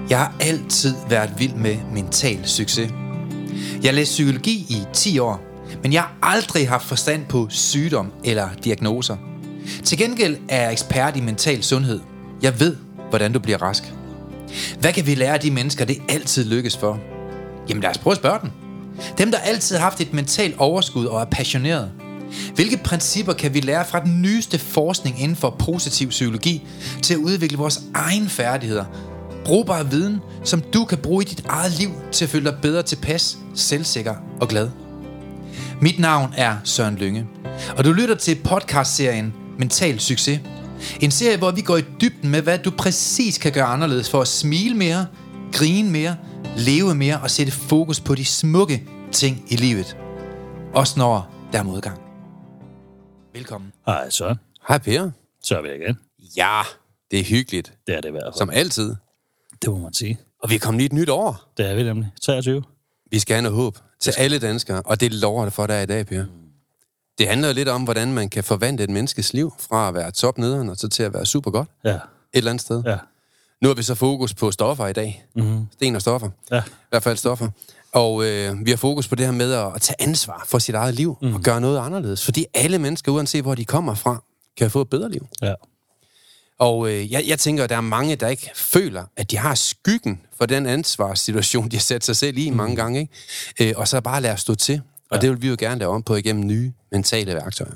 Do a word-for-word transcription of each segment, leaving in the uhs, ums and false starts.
Jeg har altid været vild med mental succes. Jeg læste psykologi i ti år, men jeg har aldrig haft forstand på sygdom eller diagnoser. Til gengæld er jeg ekspert i mental sundhed. Jeg ved, hvordan du bliver rask. Hvad kan vi lære af de mennesker, det altid lykkes for? Jamen lad os prøve at spørge dem. Dem, der altid har haft et mentalt overskud og er passioneret. Hvilke principper kan vi lære fra den nyeste forskning inden for positiv psykologi til at udvikle vores egne færdigheder? Brugbar viden, som du kan bruge i dit eget liv til at føle dig bedre tilpas, selvsikker og glad. Mit navn er Søren Lynge, og du lytter til podcastserien Mental Succes. En serie, hvor vi går i dybden med, hvad du præcis kan gøre anderledes for at smile mere, grine mere, leve mere og sætte fokus på de smukke ting i livet. Også når der er modgang. Velkommen. Hej Søren. Hej Per. Så er vi igen. Ja, det er hyggeligt. Det er det i hvert fald. Som altid. Det må man sige. Og vi er kommet i et nyt år. Det er vi nemlig. treogtyve. Vi skal have noget håb til alle danskere, og det lover det for dig i dag, Per. Mm. Det handler jo lidt om, hvordan man kan forvandle et menneskes liv fra at være topnederen og så til at være super godt. Ja. Et eller andet sted. Ja. Nu har vi så fokus på stoffer i dag. Mm-hmm. Sten og stoffer. Ja. I hvert fald stoffer. Og øh, vi har fokus på det her med at, at tage ansvar for sit eget liv mm. og gøre noget anderledes. Fordi alle mennesker, uanset hvor de kommer fra, kan få et bedre liv. Ja. Og øh, jeg, jeg tænker, at der er mange, der ikke føler, at de har skyggen for den ansvarssituation, de har sat sig selv i mm. mange gange. Ikke? Øh, og så bare lade stå til. Og ja. Det vil vi jo gerne lave om på igennem nye mentale værktøjer.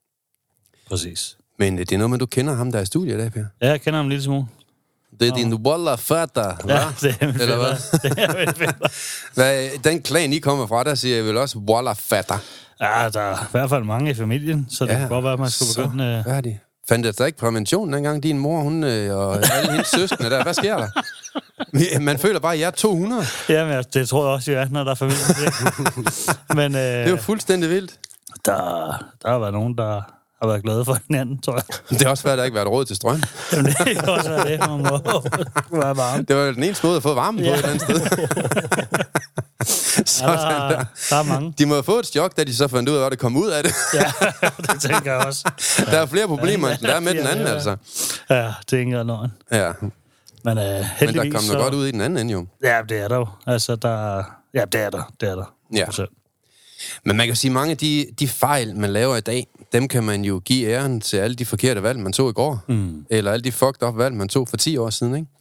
Præcis. Men øh, det er noget med, du kender ham, der er i studiet i dag, Per. Ja, jeg kender ham en lille smule. Det er din Wallah Fatter, hva'? Ja, det er min Eller hvad? Det er min fætter. Hvad, den klan, I kommer fra, der siger jeg vel også Wallah Fatter. Ja, der er i hvert fald mange i familien, så det ja, kan godt være, at man skulle så begynde... Øh... Hvad er de? Fandt det der ikke prævention dengang, din mor, hun øh, og alle hendes søskende der? Hvad sker der? Man føler bare, at jeg er to hundrede. Jamen, det tror jeg også, jeg er, når der er familie. Men, øh, det er jo fuldstændig vildt. Der, der har været nogen, der har været glade for hinanden, tror jeg. Det er også svært, at der ikke har været råd til strøm. Jamen, det kan også være det. Man må være varme. Det var jo den eneste måde at få varme på ja. Et eller andet sted. Så ja, der, der. der er mange. De må have fået et chok, da de så fandt ud af, hvad der kom ud af det. Ja, det tænker jeg også. Der er flere problemer, end der er med den anden, altså. Ja, det er ikke engang løgn. Ja. Men, uh, Men der kom så... noget godt ud i den anden ende, jo. Ja, det er der jo. Altså, der... Ja, det er der. Det er der. Ja. Så. Men man kan sige, mange af de, de fejl, man laver i dag, dem kan man jo give æren til alle de forkerte valg, man tog i går. Mm. Eller alle de fucked up valg, man tog for ti år siden, ikke?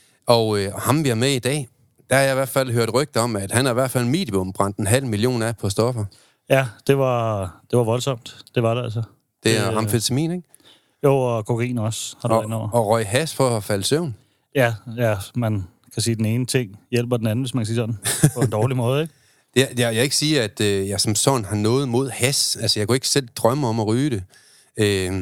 Og øh, ham, vi er med i dag, der har jeg i hvert fald hørt rygter om, at han har i hvert fald minimum brændt en halv million af på stoffer. Ja, det var, det var voldsomt. Det var det altså. Det er øh, amfetamin, ikke? Jo, og kokain også. Har og, og røg has for at falde i søvn. Ja, ja, man kan sige, at den ene ting hjælper den anden, hvis man kan sige sådan. På en dårlig måde, ikke? Jeg, jeg, jeg vil ikke sige, at øh, jeg som sådan har noget mod has. Altså, jeg kunne ikke selv drømme om at ryge det. Øh,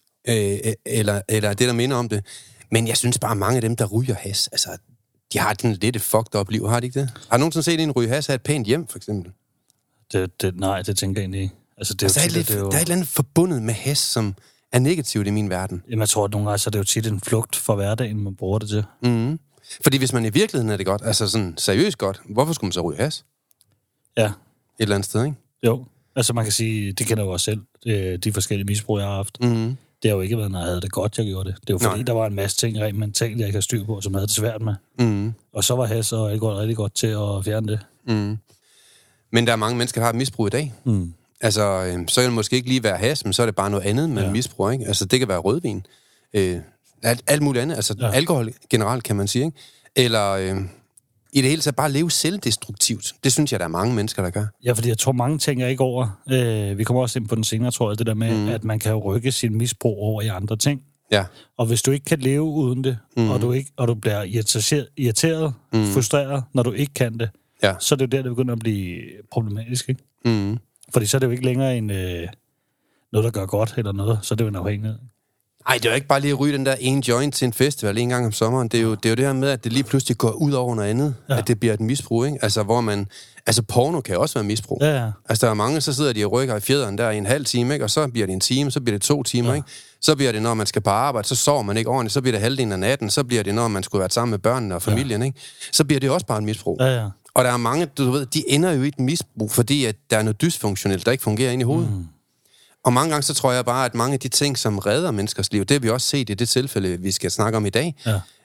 øh, eller, eller det, der minder om det. Men jeg synes bare, at mange af dem, der ryger has, altså, de har den lidt fucked up liv, har de ikke det? Har du nogensinde set en ryge has have et pænt hjem, for eksempel? Det, det, nej, det tænker jeg egentlig ikke. Altså, det er altså, jo tit, tit, der, er det er jo... der er et eller andet forbundet med has, som er negativt i min verden. Jamen, jeg tror, at nogle gange så er det jo tit en flugt fra hverdagen, man bruger det til. Mm-hmm. Fordi hvis man i virkeligheden er det godt, altså sådan seriøst godt, hvorfor skulle man så ryge has? Ja. Et eller andet sted, ikke? Jo. Altså, man kan sige, det kender jeg jo også selv, de forskellige misbrug, jeg har haft. Mm-hmm. Det har jo ikke været, når jeg havde det godt, jeg gjorde det. Det er jo fordi, Nej. Der var en masse ting rent mentalt, jeg ikke har styr på, som jeg havde det svært med. Mm. Og så var has og alkohol rigtig godt til at fjerne det. Mm. Men der er mange mennesker, der har et misbrug i dag. Mm. Altså, øh, så kan det måske ikke lige være has, men så er det bare noget andet med ja. misbrug, ikke? Altså, det kan være rødvin. Øh, alt, alt muligt andet. Altså, ja. Alkohol generelt, kan man sige, ikke? Eller øh, i det hele taget bare leve selvdestruktivt. Det synes jeg, der er mange mennesker, der gør. Ja, fordi jeg tror, mange tænker ikke over. Øh, vi kommer også ind på den senere, tror jeg, det der med, mm. at man kan jo rykke sin misbrug over i andre ting. Ja. Og hvis du ikke kan leve uden det, mm. og, du ikke, og du bliver irriteret, irriteret mm. frustreret, når du ikke kan det, ja. så er det jo der, det begynder at blive problematisk, ikke? Mm. Fordi så er det jo ikke længere en, øh, noget, der gør godt eller noget, så er det jo en afhængighed. Nej, det er jo ikke bare lige at ryge den der en joint til en festival en gang om sommeren. Det er jo det, er jo det her med, at det lige pludselig går ud over noget andet. Ja. At det bliver et misbrug, ikke? Altså, hvor man... Altså, porno kan også være misbrug. Ja, ja. Altså, der er mange, så sidder de og rykker i fjederen der i en halv time, ikke? Og så bliver det en time, så bliver det to timer, ja. Ikke? Så bliver det, når man skal på arbejde, så sover man ikke ordentligt, så bliver det halvdelen af natten, så bliver det, når man skulle være sammen med børnene og familien, ja. Ikke? Så bliver det også bare et misbrug. Ja, ja. Og der er mange, du ved, de ender jo i et misbrug, fordi at der er noget dysfunktionelt, der ikke fungerer inde i hovedet. Mm. Og mange gange så tror jeg bare, at mange af de ting, som redder menneskers liv, det har vi også set i det tilfælde, vi skal snakke om i dag,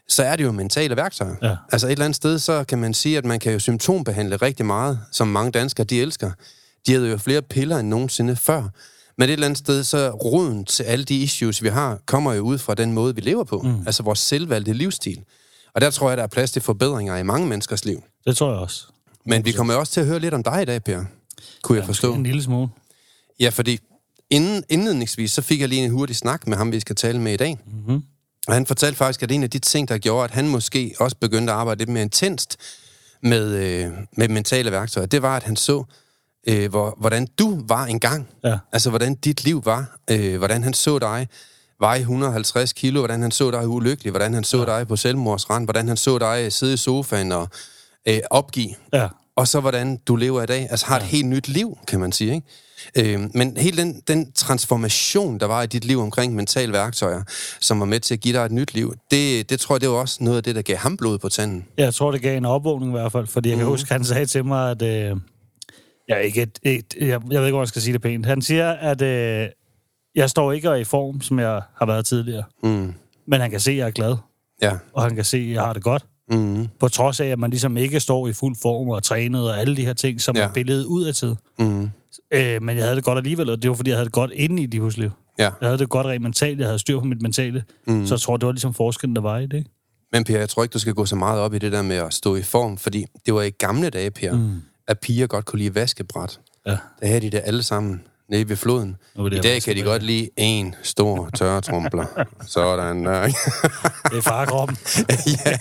så er det jo mentale værktøjer. Ja. Altså et eller andet sted, så kan man sige, at man kan jo symptombehandle rigtig meget, som mange danskere, de elsker. De havde jo flere piller end nogensinde før. Men et eller andet sted, så roden til alle de issues, vi har, kommer jo ud fra den måde, vi lever på. Mm. Altså vores selvvalgte livsstil. Og der tror jeg, der er plads til forbedringer i mange menneskers liv. Det tror jeg også. Men vi kommer også til at høre lidt om dig i dag, Per. Kunne ja, jeg forstå. En lille smule. Ja, fordi inden, indledningsvis, så fik jeg lige en hurtig snak med ham, vi skal tale med i dag. Mm-hmm. Og han fortalte faktisk, at en af de ting, der gjorde, at han måske også begyndte at arbejde lidt mere intenst med, øh, med mentale værktøjer, det var, at han så, øh, hvor, hvordan du var engang. Ja. Altså, hvordan dit liv var. Øh, hvordan han så dig veje et hundrede og halvtreds kilo, hvordan han så dig ulykkelig, hvordan han så ja. dig på selvmordsrand, hvordan han så dig sidde i sofaen og øh, opgive. Ja. Og så hvordan du lever i dag. Altså har et ja. helt nyt liv, kan man sige, ikke? Øh, men hele den, den transformation, der var i dit liv omkring mentale værktøjer, som var med til at give dig et nyt liv, det, det tror jeg, det var også noget af det, der gav ham blod på tanden. Jeg tror, det gav en opvågning i hvert fald, fordi jeg kan mm. huske, han sagde til mig, at øh, jeg, ikke et, et, jeg, jeg ved ikke, hvor jeg skal sige det pænt. Han siger, at øh, jeg står ikke i form, som jeg har været tidligere, mm. men han kan se, at jeg er glad, ja. og han kan se, at jeg har det godt. Mm. På trods af, at man ligesom ikke står i fuld form og trænet og alle de her ting, som ja. er billedet ud af tid. Mm. Øh, men jeg havde det godt alligevel, og det var fordi, jeg havde det godt inde i det husliv. Ja. Jeg havde det godt rent mentalt, jeg havde styr på mit mentale, mm. så jeg tror, det var ligesom forskellen, der var i det. Men Per, jeg tror ikke, du skal gå så meget op i det der med at stå i form, fordi det var i gamle dage, Per, mm. at piger godt kunne lide vaskebræt. Ja. Der havde de det alle sammen nede ved floden. I dag kan de med. godt lide en stor tørretrumpler. Sådan der. Det er farkroppen. Ja.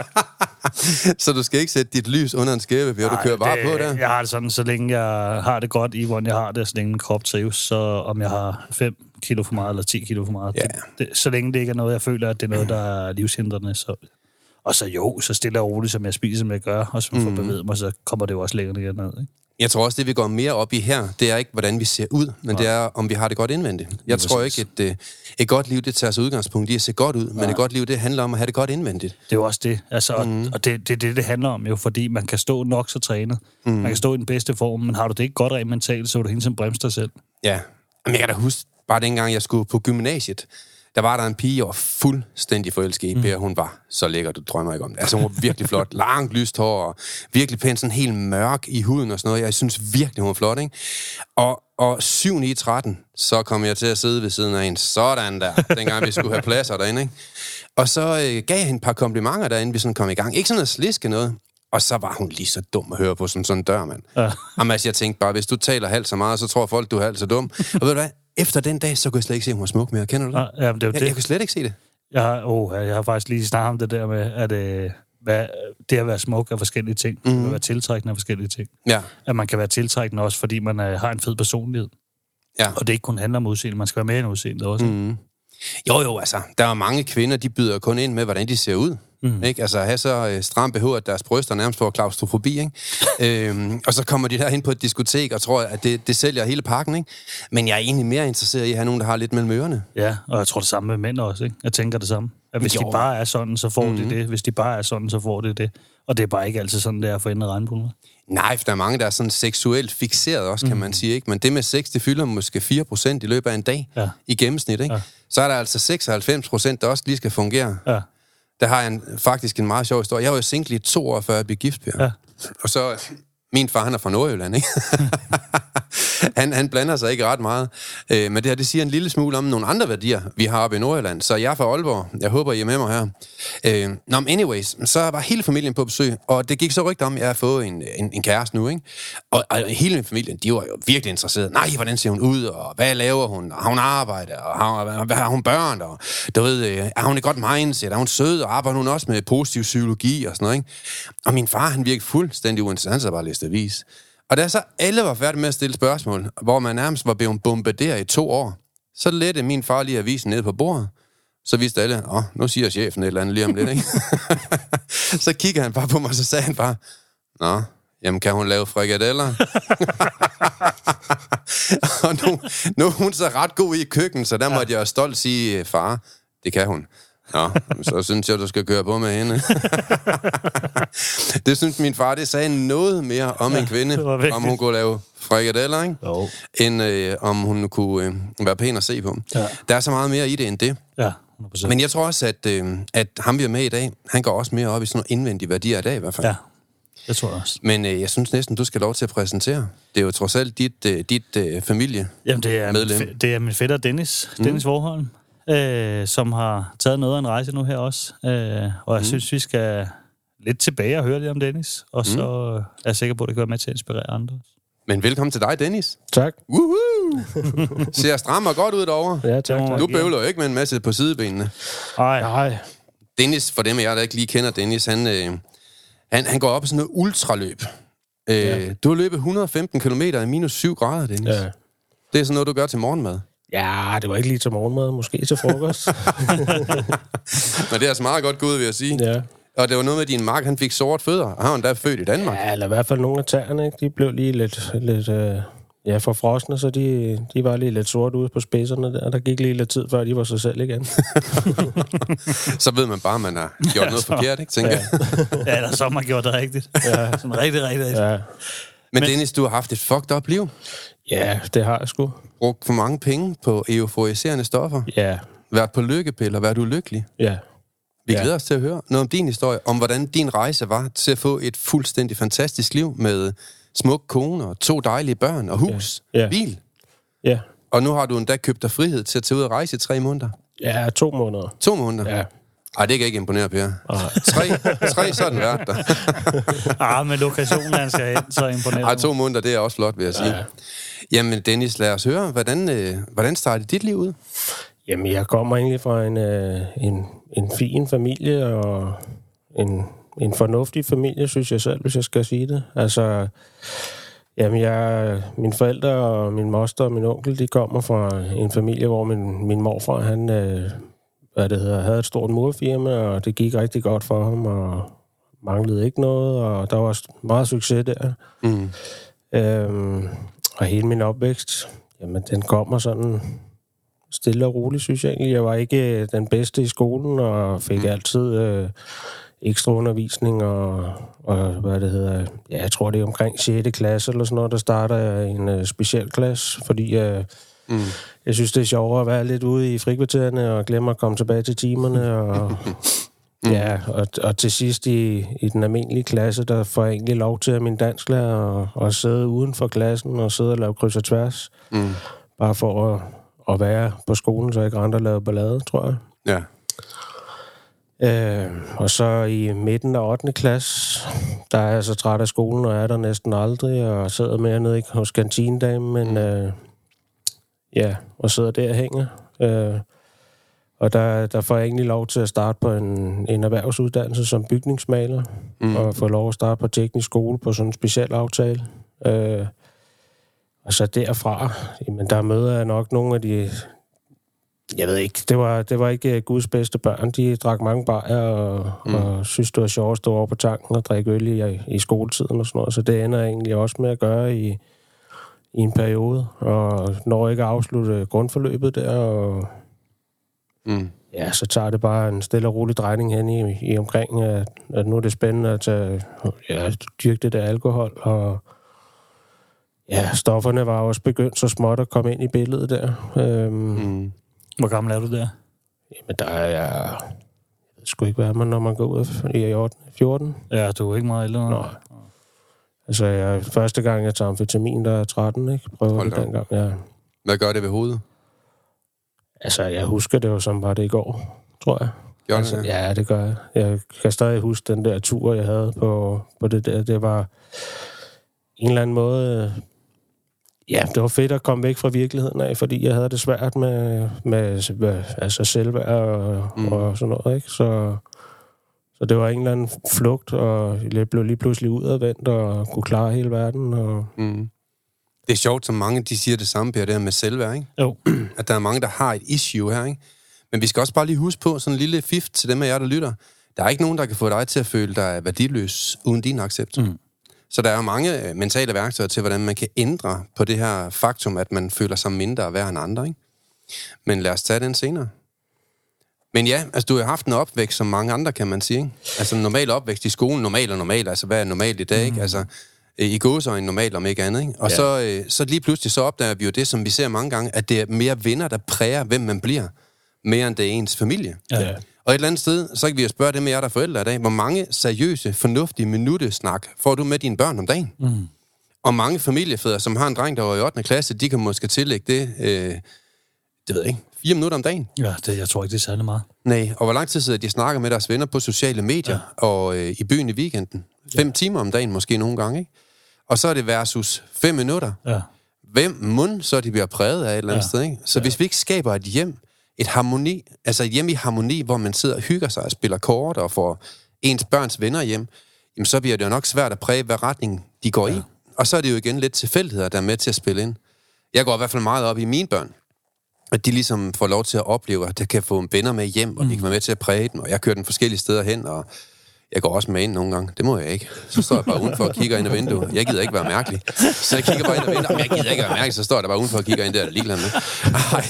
Så du skal ikke sætte dit lys under en skæbe, Per. Du kører bare det, på der. Jeg har det sådan, så længe jeg har det godt i, hvordan jeg har det, så længe min krop trives, så om jeg har fem kilo for meget eller ti kilo for meget. Ja. Det, det, så længe det ikke er noget, jeg føler, at det er noget, der er livshindrende. Så. Og så jo, så stille og roligt, som jeg spiser, som jeg gør, og som jeg får bevæget mig, så kommer det jo også længere ned, ikke? Jeg tror også, det vi går mere op i her, det er ikke, hvordan vi ser ud, men Nej. det er, om vi har det godt indvendigt. Jeg tror ikke, at et, et godt liv, det tager sig udgangspunkt i at se godt ud, Nej. men et godt liv, det handler om at have det godt indvendigt. Det er jo også det. Altså, mm. Og det er det, det, det handler om jo, fordi man kan stå nok så trænet. Mm. Man kan stå i den bedste form, men har du det ikke godt rent mentalt, så er du hende som bremser dig selv. Ja, men jeg kan da huske, bare dengang jeg skulle på gymnasiet, der var der en pige, jeg var fuldstændig forelsket i, Per. Hun var så lækker, du drømmer ikke om det. Altså, hun var virkelig flot. Langt, lyst hår, og virkelig pæn, sådan helt mørk i huden og sådan noget. Jeg synes virkelig, hun var flot, ikke? Og, og syv ni tretten, så kom jeg til at sidde ved siden af en sådan der, dengang vi skulle have pladser derinde, ikke? Og så øh, gav jeg hende et par komplimenter derinde, vi sådan kom i gang. Ikke sådan noget sliske noget. Og så var hun lige så dum at høre på som sådan en dør, mand. Ja. Jamen, altså, jeg tænkte bare, hvis du taler halvt så meget, så tror folk, du er halvt så dum. Og ved du hvad? Efter den dag, så kunne jeg slet ikke se, at hun var smuk mere. Kender du det? Ja, det, jeg, det. jeg kan slet ikke se det. Jeg har, oh, jeg har faktisk lige snakket om det der med, at øh, hvad, det at være smuk er forskellige ting. Mm-hmm. Det at være tiltrækkende er forskellige ting. Ja. At man kan være tiltrækkende også, fordi man øh, har en fed personlighed. Ja. Og det ikke kun handler om udseende. Man skal være med i en udseende også. Mm-hmm. Jo, jo, altså. Der er mange kvinder, de byder kun ind med, hvordan de ser ud. Mm. Ikke? Altså at have så øh, stram B H, at deres bryster nærmest får klaustrofobi, ikke? øhm, og så kommer de der ind på et diskotek og tror, at det, det sælger hele pakken, ikke? Men jeg er egentlig mere interesseret i at have nogen, der har lidt mellem ørerne. Ja, og jeg tror det samme med mænd også, ikke? Jeg tænker det samme. At hvis jo. de bare er sådan, så får mm. de det. Hvis de bare er sådan, så får de det. Og det er bare ikke altid sådan, det er for enden af regnbuen. Nej, for der er mange, der er sådan seksuelt fixeret også, kan mm. man sige, ikke? Men det med sex, det fylder måske fire procent i løbet af en dag, ja. i gennemsnit, ikke? Ja. Så er der altså seksoghalvfems procent, der også lige skal fungere. Ja. Der har jeg en, faktisk en meget sjov historie. Jeg var jo single i to år, før jeg blev gift, Per. Ja. Og så, min far, han er fra Nordjylland, ikke? han, han blander sig ikke ret meget. Øh, men det her, det siger en lille smule om nogle andre værdier, vi har oppe i Nordjylland. Så jeg er fra Aalborg. Jeg håber, I er med mig her. Øh, Nå, men anyways, så var hele familien på besøg, og det gik så rygter om, at jeg har fået en, en, en kæreste nu, ikke? Og, og hele min familie, de var jo virkelig interesserede. Nej, hvordan ser hun ud, og hvad laver hun? Har hun arbejde, og har, hvad har hun børn? Og du ved, er hun et godt mindset? Er hun sød, og arbejder hun også med positiv psykologi og sådan noget, ikke? Og min far, han virkede fuldstændig uinteressant, så bare læste avis. Og da så alle var færdige med at stille spørgsmål, hvor man nærmest var blevet bombarderet i to år, så lette min far lige avisen ned på bordet. Så vidste alle, åh, nu siger chefen et eller andet lige om lidt, ikke? Så kigger han bare på mig, og så sagde han bare, nå, jamen kan hun lave frikadeller? Og nu, nu er hun så ret god i køkken, så der måtte jeg stolt sige, far, det kan hun. Nå, så synes jeg, du skal køre på med hende. Det synes min far, det sagde noget mere om ja, en kvinde, om hun kunne lave frikadeller, ikke? End øh, om hun kunne øh, være pæn at se på. Ja. Der er så meget mere i det end det. Ja, hundrede procent. Men jeg tror også, at, øh, at ham, vi er med i dag, han går også mere op i sådan nogle indvendige værdier i dag i hvert fald. Ja, det tror jeg også. Men øh, jeg synes næsten, du skal lov til at præsentere. Det er jo trods alt dit, øh, dit øh, familie. Jamen, det er, min, det er min fætter Dennis, mm. Dennis Vorholm, øh, som har taget noget af en rejse nu her også. Øh, og jeg mm. synes, vi skal lidt tilbage og høre lidt om Dennis. Og så mm. er jeg sikker på, at det kan være med til at inspirere andre. Men velkommen til dig, Dennis. Tak. Woohoo! Ser stram og godt ud derovre. Ja, tak, tak. Du bøvler jo ikke med en masse på sidebenene. Nej. Nej. Dennis, for dem af jer, der ikke lige kender Dennis, han, øh, han, han går op i sådan noget ultraløb. Øh, ja. Du har løbet et hundrede og femten kilometer i minus syv grader, Dennis. Ja. Det er sådan noget, du gør til morgenmad. Ja, det var ikke lige til morgenmad, måske til frokost. Men det er altså meget godt gået, vil jeg sige. Ja. Og det var noget med, din mark, han fik sort fødder, og han er født i Danmark. Ja, eller i hvert fald nogle af tæerne, ikke? De blev lige lidt, lidt øh, ja, forfrosne, så de, de var lige lidt sorte ude på spidserne der. Der gik lige lidt tid, før de var sig selv igen. Så ved man bare, at man har gjort noget så, forkert, ikke, tænker ja. jeg. Ja, eller så har man gjort det rigtigt. Ja. Sådan rigtig, rigtig. Ja. Men, Men Dennis, du har haft et fucked up liv. Ja, det har jeg sgu. Brugt for mange penge på euforiserende stoffer. Ja. Været på lykkepiller, været ulykkelig. Ja. Vi glæder ja. os til at høre noget om din historie, om hvordan din rejse var til at få et fuldstændig fantastisk liv med smuk kone og to dejlige børn og hus, ja. Ja. bil. Ja. Og nu har du endda købt dig frihed til at tage ud og rejse i tre måneder. Ja, to måneder. To måneder? Ja. Ej, det kan ikke imponere, Per. Tre, tre så er den værd der. Ah, men lokationen, han skal hen, så imponerer. Ej, to måneder, det er også flot, vil jeg sige. Ja. Jamen, Dennis, lad os høre, hvordan, øh, hvordan startede dit liv ud? Jamen, jeg kommer egentlig fra en, øh, en, en fin familie, og en, en fornuftig familie, synes jeg selv, hvis jeg skal sige det. Altså, jamen, jeg, mine forældre og min moster og min onkel, de kommer fra en familie, hvor min, min morfar, han øh, hvad det hedder, havde et stort murfirma, og det gik rigtig godt for ham, og manglede ikke noget, og der var meget succes der. Mm. Øhm, og hele min opvækst, jamen, den kommer sådan stille og roligt, synes jeg egentlig. Jeg var ikke den bedste i skolen, og fik mm. altid øh, ekstra undervisning, og, og hvad det hedder, ja, jeg tror det er omkring sjette klasse eller sådan noget, der starter jeg en øh, specialklasse, fordi øh, mm. jeg synes, det er sjovere at være lidt ude i frikvartererne, og glemme at komme tilbage til timerne, og mm. ja, og, og til sidst i, i den almindelige klasse, der får jeg egentlig lov til at min dansklærer og, og sidde uden for klassen, og sidde og lave kryds og tværs, mm. bare for at at være på skolen, så ikke andre lavede ballade, tror jeg. Ja. Øh, og så i midten af ottende klasse, der er jeg så træt af skolen, og er der næsten aldrig, og sidder mere nede ikke, hos kantinedamen, men øh, ja, og sidder der og hænger. Øh, og der, der får jeg egentlig lov til at starte på en, en erhvervsuddannelse som bygningsmaler, mm. og få lov at starte på teknisk skole på sådan en speciel aftale. Øh, Og så derfra, jamen der møder jeg nok nogle af de, jeg ved ikke, det var, det var ikke Guds bedste børn. De drak mange bajer og, mm. og synes, det var sjovt at stå over på tanken og drikke øl i, i skoletiden og sådan noget. Så det ender jeg egentlig også med at gøre i, i en periode. Og når jeg ikke afslutte grundforløbet der, og mm. ja, så tager det bare en stille og rolig drejning hen i, i omkring, at, at nu er det spændende at tage, ja, dyrke det der alkohol, og ja, stofferne var også begyndt så småt at komme ind i billedet der. Øhm, mm. Hvor gammel er du der? Jamen, der er jeg... Det skulle ikke være man, når man går ud i fjorten. Ja, du er ikke meget ældre. Nå. Altså, jeg, første gang, jeg tager amfetamin, der er tretten, ikke? Prøver det dengang, ja. Hvad gør det ved hovedet? Altså, jeg husker det jo som var det i går, tror jeg. Gør altså, det? Ja, det gør jeg. Jeg kan stadig huske den der tur, jeg havde på, på det der. Det var en eller anden måde... Ja, det var fedt at komme væk fra virkeligheden af, fordi jeg havde det svært med, med, med altså selvværd og, mm. og sådan noget, ikke? Så, så det var en eller anden flugt, og jeg blev lige pludselig udadvendt og kunne klare hele verden. Og... Mm. Det er sjovt, som mange de siger det samme, Per, det her med selvværd, ikke? Jo. At der er mange, der har et issue her, ikke? Men vi skal også bare lige huske på, sådan en lille fif til dem af jer, der lytter. Der er ikke nogen, der kan få dig til at føle dig værdiløs uden din accept. Mm. Så der er jo mange mentale værktøjer til, hvordan man kan ændre på det her faktum, at man føler sig mindre værd end andre, ikke? Men lad os tage den senere. Men ja, altså du har haft en opvækst som mange andre, kan man sige, ikke? Altså en normal opvækst i skolen, normal og normal, altså hvad er normalt i dag, mm. ikke? Altså i gåseøjne normalt om ikke andet, ikke? Og ja. så, øh, så lige pludselig så opdager vi jo det, som vi ser mange gange, at det er mere venner, der præger, hvem man bliver. mere end det er ens familie. Ja. Og et eller andet sted, så kan vi jo spørge dem af jer, der er forældre i dag, hvor mange seriøse, fornuftige minuttesnak får du med dine børn om dagen? Mm. Og mange familiefædre, som har en dreng, der var i ottende klasse, de kan måske tillægge det, øh, det ved jeg ikke, fire minutter om dagen. Ja, det, jeg tror ikke, det er særlig meget. Nej, og hvor lang tid sidder de snakker med deres venner på sociale medier, ja. og øh, i byen i weekenden? Fem ja. timer om dagen måske nogle gange, ikke? Og så er det versus fem minutter. Ja. Hvem mund så de bliver præget af et eller andet ja. sted, ikke? Så ja. hvis vi ikke skaber et hjem, et harmoni, altså et hjem i harmoni, hvor man sidder og hygger sig og spiller kort og får ens børns venner hjem, jamen så bliver det jo nok svært at præge, hvad retning de går ja. i. Og så er det jo igen lidt tilfældigheder, der er med til at spille ind. Jeg går i hvert fald meget op i mine børn, at de ligesom får lov til at opleve, at de kan få venner med hjem, og mm. de kan være med til at præge dem, og jeg kører den forskellige steder hen, og jeg går også med ind nogle gange. Det må jeg ikke. Så står jeg bare udenfor og kigger ind ad vinduet. Jeg gider ikke være mærkelig. Så jeg kigger bare ind ad vinduet. Jeg gider ikke være mærkelig, så står jeg der bare udenfor og kigger ind der og ligeglad med. Ej.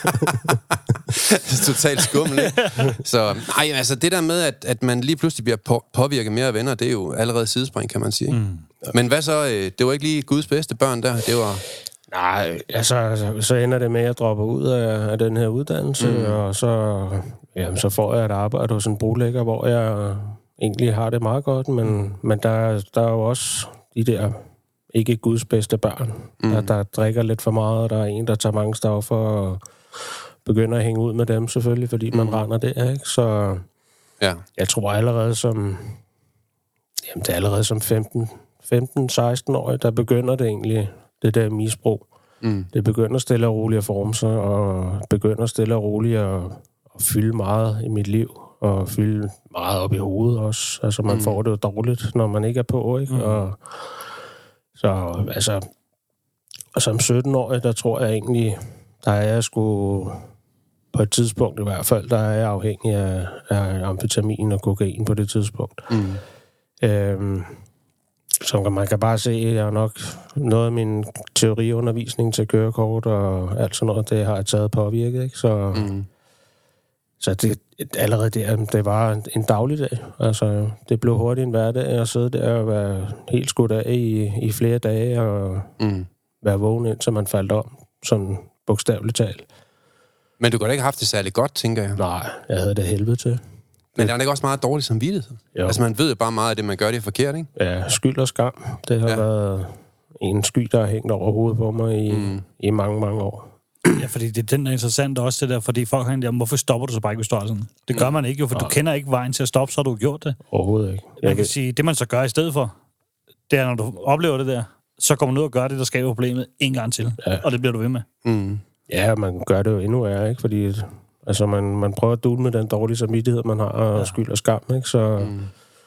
Det er totalt skummel, ikke? Så nej, altså det der med, at, at man lige pludselig bliver på, påvirket mere af venner, det er jo allerede sidespring, kan man sige. Mm. Men hvad så? Det var ikke lige Guds bedste børn der? Det var... Nej, altså, så ender det med, at jeg dropper ud af, af den her uddannelse, mm. og så, jamen, så får jeg et arbejde hos en brolægger, hvor jeg egentlig har det meget godt, men, men der, der er jo også de der ikke Guds bedste børn, mm. der, der drikker lidt for meget, og der er en, der tager mange stoffer, og begynder at hænge ud med dem selvfølgelig, fordi man mm. render det, ikke? Så ja. jeg tror allerede som, jamen det er allerede som femten seksten år, der begynder det egentlig, det der misbrug. Mm. Det begynder stille og roligt at forme sig, og begynder stille og roligt at, at fylde meget i mit liv, og fylde meget op i hovedet også. Altså, man mm. får det jo dårligt, når man ikke er på, ikke? Mm. Og så, altså, og som sytten-årig, der tror jeg egentlig, der er jeg sgu, på et tidspunkt i hvert fald, der er jeg afhængig af, af amfetamin og kokain på det tidspunkt. Mm. Øhm, Så man kan bare se, at jeg nok noget af min teoriundervisning til kørekort og alt sådan noget, det har jeg taget påvirket, ikke? Så, mm. så det, allerede der, det var en, en dagligdag. Altså, det blev hurtigt en hverdag at sidde der og være helt skudt af i, i flere dage og mm. være vågen ind, så man faldt om, sådan bogstaveligt talt. Men du kunne da ikke have haft det særlig godt, tænker jeg. Nej, jeg havde det helvede til. Men der er ikke også meget dårlig samvittighed? Jo. Altså, man ved jo bare meget af det, man gør, det er forkert, ikke? Ja, skyld og skam. Det har ja. været en sky, der har hængt over hovedet på mig i, mm. i mange, mange år. Ja, fordi det, den er interessant også, det der, fordi folk har en hvorfor stopper du så bare ikke, hvis du er sådan? Det gør man ikke jo, for ja. du kender ikke vejen til at stoppe, så har du gjort det. Overhovedet ikke. Man kan, kan sige, det man så gør i stedet for, det er, når du oplever det der, så kommer du ud og gør det, der skaber problemet en gang til. Ja. Og det bliver du ved med. Mm. Ja, man gør det jo endnu værre, ikke? Fordi altså, man, man prøver at dule med den dårlige samvittighed, man har, og ja. skyld og skam, ikke? Så, mm.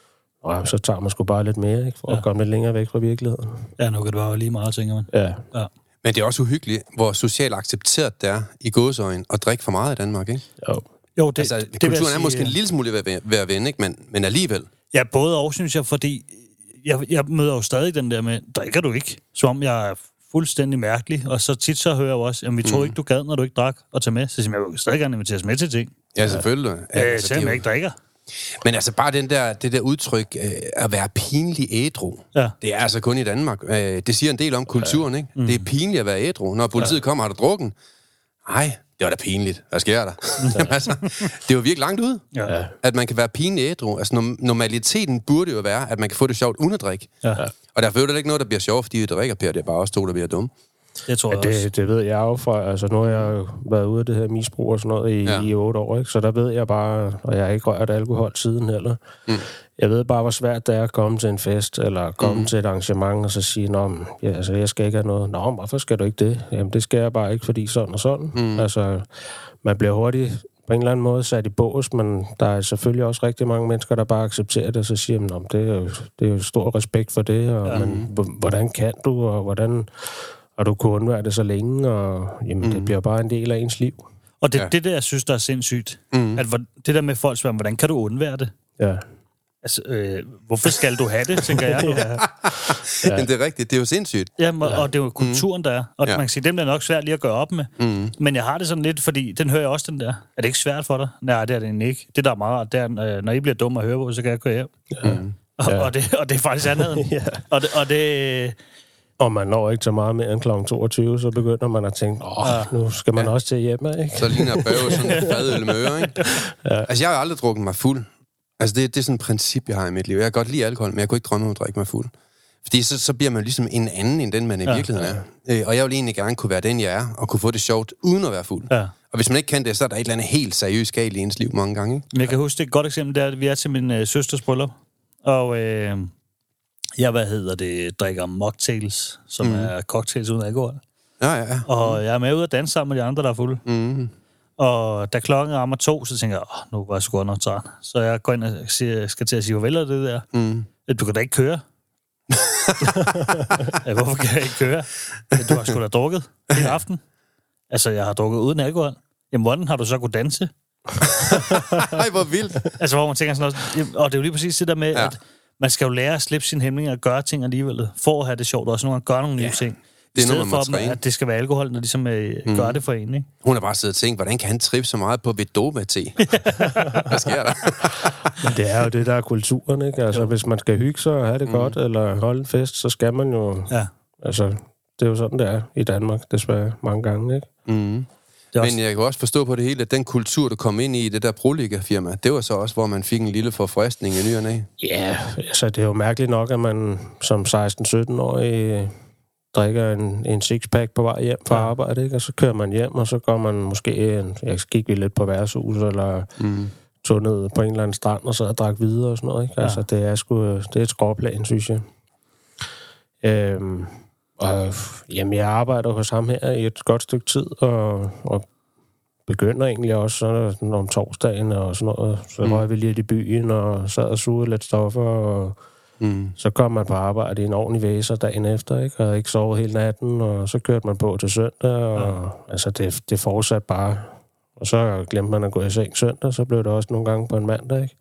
ja, så tager man sgu bare lidt mere, ikke? For ja. at komme lidt længere væk fra virkeligheden. Ja, nu kan det være lige meget, tænker man. Ja. ja. Men det er også uhyggeligt, hvor socialt accepteret det er i gåseøjne at drikke for meget i Danmark, ikke? Jo. Jo, det, altså, det kulturen sige, er måske en lille smule ved, ved at vende, ikke? Men, men alligevel. Ja, både og, synes jeg, fordi jeg, jeg møder jo stadig den der med, drikker du ikke? Som om jeg er fuldstændig mærkelig, og så tit så hører jeg jo også, jamen vi tror mm. ikke, du gad, når du ikke drak, og tage med. Så siger jeg, jeg vil stadig gerne inviteres med til ting. Ja, selvfølgelig. Ja, øh, altså, selvom jeg ikke drikker. Men altså bare den der, det der udtryk, øh, at være pinlig ædru, ja. det er altså kun i Danmark. Øh, det siger en del om kulturen, ikke? Mm. Det er pinligt at være ædru. Når politiet ja. kommer, har du drukken? Nej, det var da pinligt. Hvad sker der? Ja. altså, det er jo virkelig langt ud, ja. at man kan være pinlig ædru. Altså normaliteten burde jo være, at man kan få det sjovt uden at drikke. Ja. Og derfor er det ikke noget, der bliver sjovt, fordi vi drikker, Per. Det er bare også to, der bliver dumme. Det tror jeg ja, også. Det, det ved jeg jo fra, altså nu har jeg været ude af det her misbrug og sådan noget i, ja. i otte år, ikke? Så der ved jeg bare, og jeg har ikke rørt alkohol siden heller. Mm. Jeg ved bare, hvor svært det er at komme til en fest, eller komme mm. til et arrangement, og så sige, nå, ja, altså, jeg skal ikke have noget. Nå, hvorfor skal du ikke det? Jamen, det skal jeg bare ikke, fordi sådan og sådan. Mm. Altså, man bliver hurtigt på en eller anden måde sat i bås, men der er selvfølgelig også rigtig mange mennesker, der bare accepterer det, og så siger man, det er jo, det er jo stor respekt for det, og ja. men, hvordan kan du, og hvordan... Og du kunne undvære det så længe, og jamen, mm. det bliver bare en del af ens liv. Og det, ja. det der, jeg synes, der er sindssygt. Mm. At, det der med folk spørger, hvordan kan du undvære det? Ja. Altså, øh, hvorfor skal du have det, tænker jeg. ja. ja. Men det er rigtigt, det er jo sindssygt. Ja, og, ja. og det er jo kulturen, der er. Og ja. man kan sige, dem er nok svært lige at gøre op med. Mm. Men jeg har det sådan lidt, fordi den hører jeg også, den der. Er det ikke svært for dig? Nej, det er det ikke. Det der er meget, det er, når I bliver dumme at høre på, så kan jeg gå hjem. Ja. Mm. Og, ja. og, det, og det er faktisk andet. ja. og, det, og det... Og man når ikke så meget mere end klokken toogtyve, så begynder man at tænke, åh, ja. nu skal man ja. også til hjem, ikke? Så ligner Børge sådan en fadøl med øre, ikke? Ja. Altså, jeg har aldrig drukket mig fuld. Altså, det, det er sådan et princip, jeg har i mit liv. Jeg kan godt lide alkohol, men jeg kunne ikke drømme om at drikke mig fuld. Fordi så, så bliver man ligesom en anden, end den man i ja. virkeligheden er. Og jeg vil egentlig gerne kunne være den, jeg er, og kunne få det sjovt, uden at være fuld. Ja. Og hvis man ikke kan det, så er der et eller andet helt seriøst galt i ens liv mange gange, ikke? Men jeg kan huske, det er et godt eksempel, der vi er til min øh, søsters bryllup. Og øh, jeg, hvad hedder det, drikker mocktails, som mm. er cocktails uden alkohol. Ja, ja, ja. Og jeg er med ude at danse sammen med de andre, der er fulde. Mm. Og da klokken rammer to, så tænker jeg, åh, nu var jeg sgu godt nok træt. Så jeg går ind og siger, skal til at sige farvel af det der. Mm. Du kan da ikke køre. Ja, hvorfor kan jeg ikke køre? Du har sgu da drukket i aften. Altså, jeg har drukket uden alkohol. Jamen, hvordan har du så kunnet danse? Ej, hvor vildt. Altså, hvor man tænker sådan noget, og det er jo lige præcis det der med, ja. at man skal jo lære at slippe sine hæmninger og gøre ting alligevel, for at have det sjovt, og også nogle gange gøre nogle nye ja. ting. I stedet noget, for, dem, at det skal være alkohol, når de ligesom øh, mm. gør det for en, ikke? Hun har bare siddet og tænkt, hvordan kan han trippe så meget på Vedova-te? Hvad sker der? Men det er jo det, der er kulturen, ikke? Altså, jo. Hvis man skal hygge sig og have det mm. godt, eller holde en fest, så skal man jo... Ja. Altså, det er jo sådan, det er i Danmark, desværre, mange gange, ikke? Mm. Også... Men jeg kan også forstå på det hele, at den kultur, du kom ind i, det der Proliga-firma, det var så også, hvor man fik en lille forfriskning i ny og næ. Ja, altså, det er jo mærkeligt nok, at man som seksten-sytten-årig... drikker en, en sixpack på vej hjem fra ja. arbejde, ikke? Og så kører man hjem, og så går man måske, en, jeg gik vi lidt på værtshus, eller mm. tog ned på en eller anden strand, og så og drak videre og sådan noget, ikke? Ja. Altså, det er sgu, det er et skråplan, synes jeg. Øhm, og jamen, jeg arbejder hos ham her i et godt stykke tid, og, og begynder egentlig også sådan om torsdagen og sådan noget. Så mm. røg vi lige i byen, og sad og sugede lidt stoffer, og Mm. så kom man på arbejde i en ordentlig væser dagen efter, ikke? Og ikke sovet hele natten, og så kørte man på til søndag, og ja. altså det, det fortsatte bare. Og så glemte man at gå i seng søndag, så blev det også nogle gange på en mandag, ikke?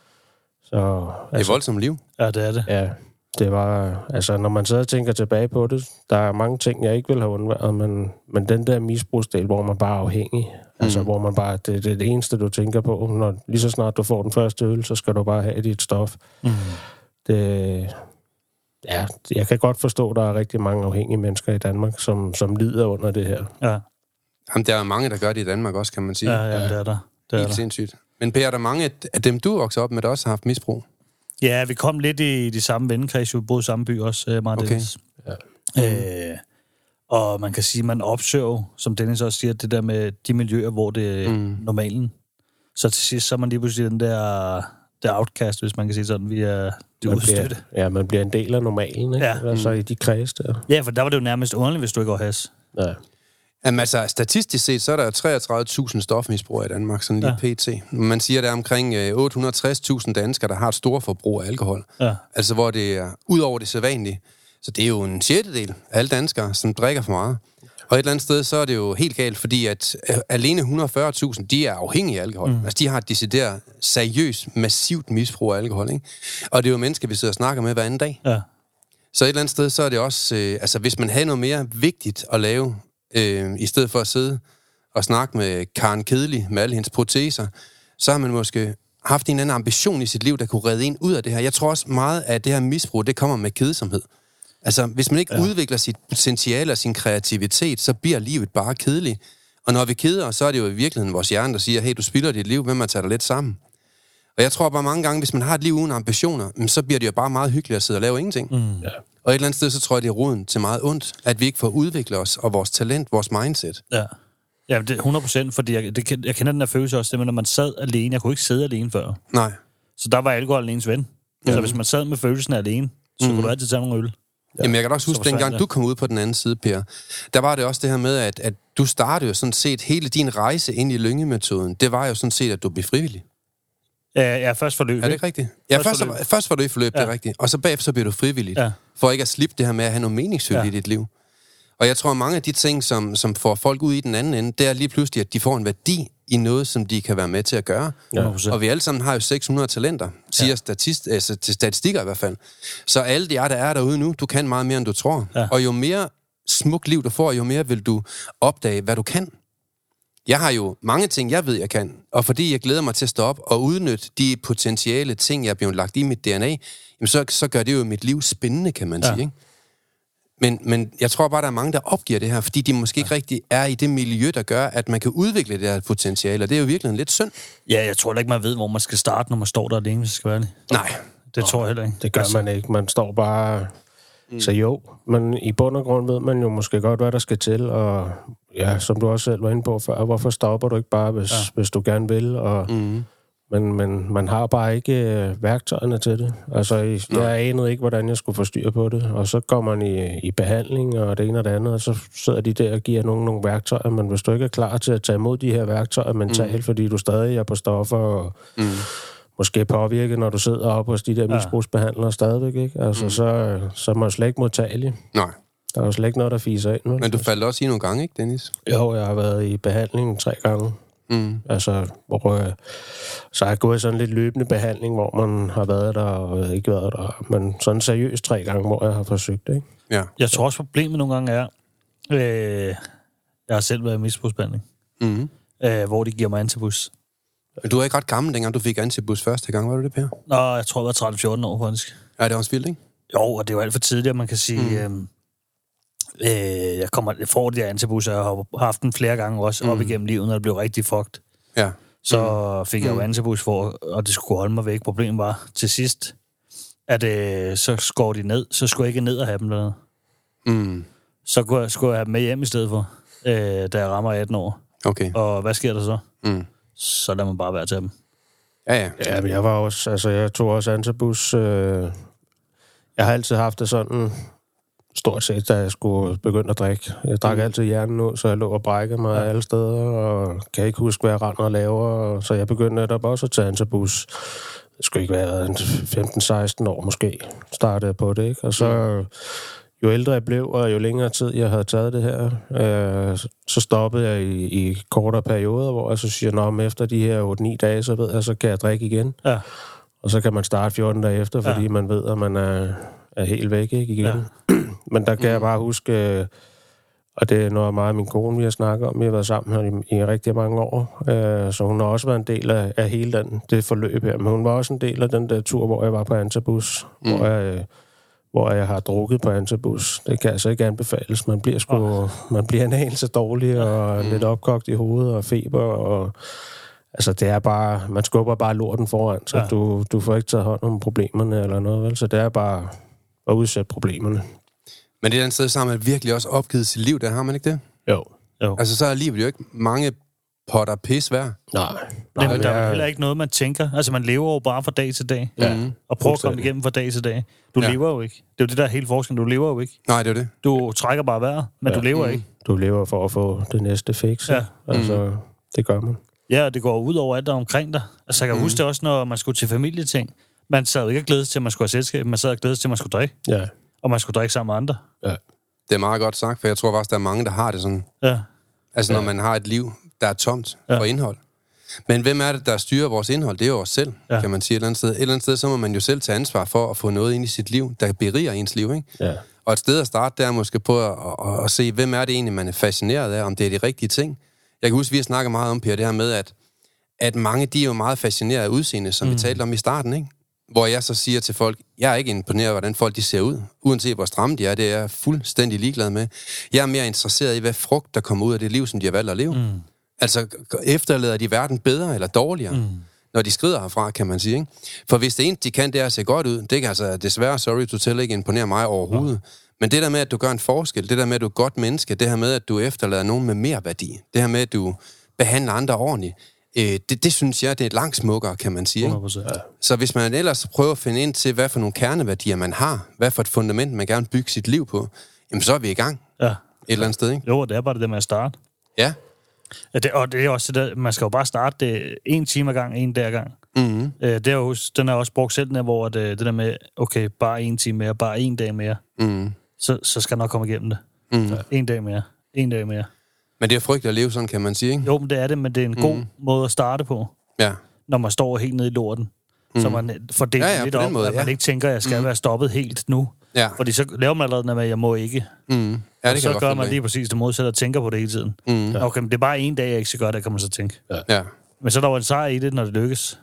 Så, altså, det er voldsomt liv. Ja, det er det. Ja, det var, altså når man så og tænker tilbage på det, der er mange ting, jeg ikke ville have undværet, men, men den der misbrugsdel, hvor man bare er afhængig, mm. altså hvor man bare, det, det er det eneste, du tænker på, når lige så snart du får den første øl, så skal du bare have dit stof. Mm. Det, ja, jeg kan godt forstå, at der er rigtig mange afhængige mennesker i Danmark, som, som lider under det her. Ja. Jamen, der er mange, der gør det i Danmark også, kan man sige. Ja, ja, det er der. Det er Helt der. sindssygt. Men Per, er der mange af dem, du voksede op med, der også har haft misbrug? Ja, vi kom lidt i de samme vennekreds, vi boede i samme by også, meget okay. Dennis. Ja. Øh, og man kan sige, at man opsøger, som Dennis også siger, det der med de miljøer, hvor det er mm. normalen. Så til sidst, så er man lige pludselig den der... det er outcast, hvis man kan sige sådan, vi er de udstødte. Ja, man bliver en del af normalen, ikke? Ja. Altså i de kreds der. Ja, for der var det jo nærmest underligt, hvis du ikke går has. Ja. Jamen altså, statistisk set, så er der treogtredive tusind stofmisbrugere i Danmark, sådan lige ja. pt. Man siger, at der er omkring otte hundrede og tres tusind danskere, der har et stort forbrug af alkohol. Ja. Altså, hvor det er ud over det sædvanlige. Så det er jo en sjettedel af alle danskere, som drikker for meget. Og et eller andet sted, så er det jo helt galt, fordi at alene et hundrede og fyrre tusind, de er afhængige af alkohol. Mm. Altså, de har et decideret, seriøst, massivt misbrug af alkohol, ikke? Og det er jo mennesker, vi sidder og snakker med hver anden dag. Ja. Så et eller andet sted, så er det også... Øh, altså, hvis man havde noget mere vigtigt at lave, øh, i stedet for at sidde og snakke med Karen Kedelig, med alle hendes proteser, så har man måske haft en anden ambition i sit liv, der kunne redde en ud af det her. Jeg tror også meget, at det her misbrug, det kommer med kedsomhed. Altså, hvis man ikke ja. udvikler sit potentiale og sin kreativitet, så bliver livet bare kedeligt. Og når vi keder os, så er det jo i virkeligheden vores hjerne, der siger, hey, du spilder dit liv, hvem man tager dig lidt sammen. Og jeg tror bare mange gange, hvis man har et liv uden ambitioner, så bliver det jo bare meget hyggeligt at sidde og lave ingenting. Mm. Ja. Og et eller andet sted, så tror jeg, det er roden til meget ondt, at vi ikke får udviklet os, og vores talent, vores mindset. Ja, ja det er hundrede procent, fordi jeg, det, jeg kender den der følelse også, det med, når man sad alene. Jeg kunne ikke sidde alene før. Nej. Så der var alkohol ens ven. Ja. Så hvis man sad med følelsen af alene, så mm. kunne du altid tage nogle øl. Ja. Jamen, jeg kan også huske, dengang du kom ud på den anden side, Per, der var det også det her med, at, at du startede jo sådan set hele din rejse ind i lyngemetoden. Det var jo sådan set, at du blev frivillig. Ja, ja, først forløb. Er det ikke rigtigt? Ja, først, først, først var du i forløb, ja. Det er rigtigt. Og så bagefter så bliver du frivilligt. Ja. For ikke at slippe det her med at have noget meningsfyldt ja. i dit liv. Og jeg tror, at mange af de ting, som, som får folk ud i den anden ende, det er lige pludselig, at de får en værdi i noget, som de kan være med til at gøre. Ja. Og vi alle sammen har jo seks hundrede talenter, siger ja. statist, altså, til statistikker i hvert fald. Så alle de er, der er derude nu, du kan meget mere, end du tror. Ja. Og jo mere smukt liv du får, jo mere vil du opdage, hvad du kan. Jeg har jo mange ting, jeg ved, jeg kan. Og fordi jeg glæder mig til at stå op og udnytte de potentiale ting, jeg er blevet lagt i mit D N A, jamen så, så gør det jo mit liv spændende, kan man ja. sige. Ikke? Men, men jeg tror bare, der er mange, der opgiver det her, fordi de måske ikke rigtig er i det miljø, der gør, at man kan udvikle det her potentiale, og det er jo virkelig en lidt synd. Ja, jeg tror ikke, man ved, hvor man skal starte, når man står der alene, hvis det skal være det. Nej. Det Nå, tror jeg heller ikke. Det gør altså. man ikke. Man står bare... Mm. Så jo, men i bund og grund ved man jo måske godt, hvad der skal til, og ja, som du også selv var inde på før, hvorfor stopper du ikke bare, hvis, ja. hvis du gerne vil, og... Mm. Men, men man har bare ikke øh, værktøjerne til det. Altså, jeg anede ikke, hvordan jeg skulle få styr på det. Og så går man i, i behandling og det ene og det andet, og så sidder de der og giver nogen nogle værktøjer. Men hvis du ikke er klar til at tage imod de her værktøjer mentalt, mm. fordi du stadig er på stoffer og mm. måske påvirket, når du sidder oppe hos de der misbrugsbehandlere stadigvæk, ikke? Altså, mm. så, så er man slet ikke modtagelig. Nej. Der er jo slet ikke noget, der fiser ind. Men du faldt også i nogle gange, ikke, Dennis? Jo, jeg har været i behandling tre gange. Mm. Altså, hvor øh, så har jeg gået i sådan lidt løbende behandling, hvor man har været der og ikke været der, men sådan seriøst tre gange, hvor jeg har forsøgt det, ikke? Ja. Jeg tror også, problemet nogle gange er, øh, jeg har selv været i misbrugsbehandling, mm. øh, hvor de giver mig antibus. Men du er ikke ret gammel, dengang du fik antibus første gang, var du det, Per? Nå, jeg tror, jeg var tretten fjorten år, faktisk. Ja, det er også vildt, ikke? Jo, og det er jo alt for tidligt, man kan sige... Mm. Øh, jeg, kommer, jeg får de der antibus, jeg har haft den flere gange også, mm. op igennem livet, når det blev rigtig fucked. Ja. Så mm. fik jeg jo antibus for, og det skulle holde mig væk. Problemet var til sidst, at øh, så skår de ned, så skulle jeg ikke ned og have dem dernede. Mm. Så skulle jeg, skulle jeg have dem med hjem i stedet for, øh, da jeg rammer atten år. Okay. Og hvad sker der så? Mm. Så lader man bare være til dem. Ja, ja. Ja, men jeg var også, altså jeg tog også antibus. Øh, jeg har altid haft det sådan, stort set, da jeg skulle begynde at drikke. Jeg drak mm. altid hjernen ud, så jeg lå og brækkede mig ja. alle steder, og kan ikke huske, hvad jeg render og laver. Og så jeg begyndte netop også at tage antibus. Det skulle ikke være femten seksten år måske, startede jeg på det, ikke? Og så, jo ældre jeg blev, og jo længere tid jeg havde taget det her, øh, så stoppede jeg i, i kortere perioder, hvor jeg så siger, om efter de her otte ni dage, så ved jeg, så kan jeg drikke igen. Ja. Og så kan man starte fjorten dage efter, fordi ja. man ved, at man er, er helt væk, ikke, igen. Ja. Men der kan jeg bare huske, og det er noget meget min kone, vi har snakket om. Vi har været sammen her i, i rigtig mange år. Så hun har også været en del af, af hele den, det forløb her. Men hun var også en del af den der tur, hvor jeg var på antibus. Mm. Hvor, jeg, hvor jeg har drukket på antibus. Det kan altså ikke anbefales. Man bliver sgu, oh. man bliver en anelse dårlig og mm. lidt opkogt i hovedet og feber. Og, altså det er bare, man skubber bare lorten foran, så ja. du, du får ikke taget hånd om problemerne eller noget. Vel? Så det er bare at udsætte problemerne. Men det er den sted, så har man virkelig også opgivet sit liv, der har man ikke det? Jo. jo. Altså, så er livet jo ikke mange potter pis værd. Nej. Nej, men der er heller ikke noget, man tænker. Altså, man lever jo bare fra dag til dag. Ja. Mm-hmm. Og prøver at komme igennem fra dag til dag. Du ja. lever jo ikke. Det er jo det, der er hele forskellen. Du lever jo ikke. Nej, det er det. Du trækker bare vejret, men ja. du lever mm-hmm. ikke. Du lever for at få det næste fix. Ja. Altså, mm-hmm. det gør man. Ja, og det går ud over alt der omkring dig. Altså, jeg kan mm-hmm. huske det også, når man skulle til familieting. Man sad jo ikke og glædes til, at man skulle have selskab. Man sad og glædes til, at man skulle drikke. Ja. Og man skulle drikke sammen med andre. Ja. Det er meget godt sagt, for jeg tror faktisk, der er mange, der har det sådan. Ja. Altså, når ja. man har et liv, der er tomt ja. for indhold. Men hvem er det, der styrer vores indhold? Det er jo os selv, ja. kan man sige et eller andet sted. Et eller andet sted, så må man jo selv tage ansvar for at få noget ind i sit liv, der beriger ens liv, ikke? Ja. Og et sted at starte, der er måske på at, at, at se, hvem er det egentlig, man er fascineret af, om det er de rigtige ting. Jeg kan huske, vi har snakket meget om, Per, det her med, at, at mange, de er jo meget fascineret af udseende, som mm. vi talte om i starten, ikke? Hvor jeg så siger til folk, jeg er ikke imponeret, hvordan folk de ser ud. Uanset hvor stramme de er, det er jeg fuldstændig ligeglad med. Jeg er mere interesseret i, hvad frugt, der kommer ud af det liv, som de har valgt at leve. Mm. Altså, efterlader de verden bedre eller dårligere, mm. når de skrider herfra, kan man sige, ikke? For hvis det eneste, de kan, det er at se godt ud, det kan altså desværre, sorry to tell, ikke imponere mig overhovedet. Ja. Men det der med, at du gør en forskel, det der med, at du er et godt menneske, det her med, at du efterlader nogen med mere værdi, det her med, at du behandler andre ordentligt, Øh, det, det synes jeg, det er et langt smukkere, kan man sige. Ikke? Ja. Så hvis man ellers prøver at finde ind til, hvad for nogle kerneværdier man har, hvad for et fundament man gerne vil bygge sit liv på, jamen så er vi i gang. Ja. Et eller andet sted, ikke? Jo, det er bare det der med at starte. Ja. ja det, og det er også det der, man skal jo bare starte det en time ad gang, en dag ad gang. Mm-hmm. Øh, det er jo, den er også brugt selv, der, hvor det, det der med, okay, bare en time mere, bare en dag mere, mm. så, så skal jeg nok komme igennem det. Mm. Ja. En dag mere, en dag mere. Men det er frygteligt at leve sådan, kan man sige, ikke? Jo, men det er det, men det er en mm. god måde at starte på. Ja. Når man står helt nede i lorten. Mm. Så man fordeler ja, ja, lidt op, måde, at man ja. ikke tænker, at jeg skal mm. være stoppet helt nu. Ja. Fordi så laver man allerede, at jeg må ikke. Mm. Ja, det og så gør man lige præcis det modsatte og tænker på det hele tiden. Mm. Okay, men det er bare en dag, jeg ikke skal gøre det, kan man så tænke. Ja. Ja. Men så er der jo en sejr i det, når det lykkes.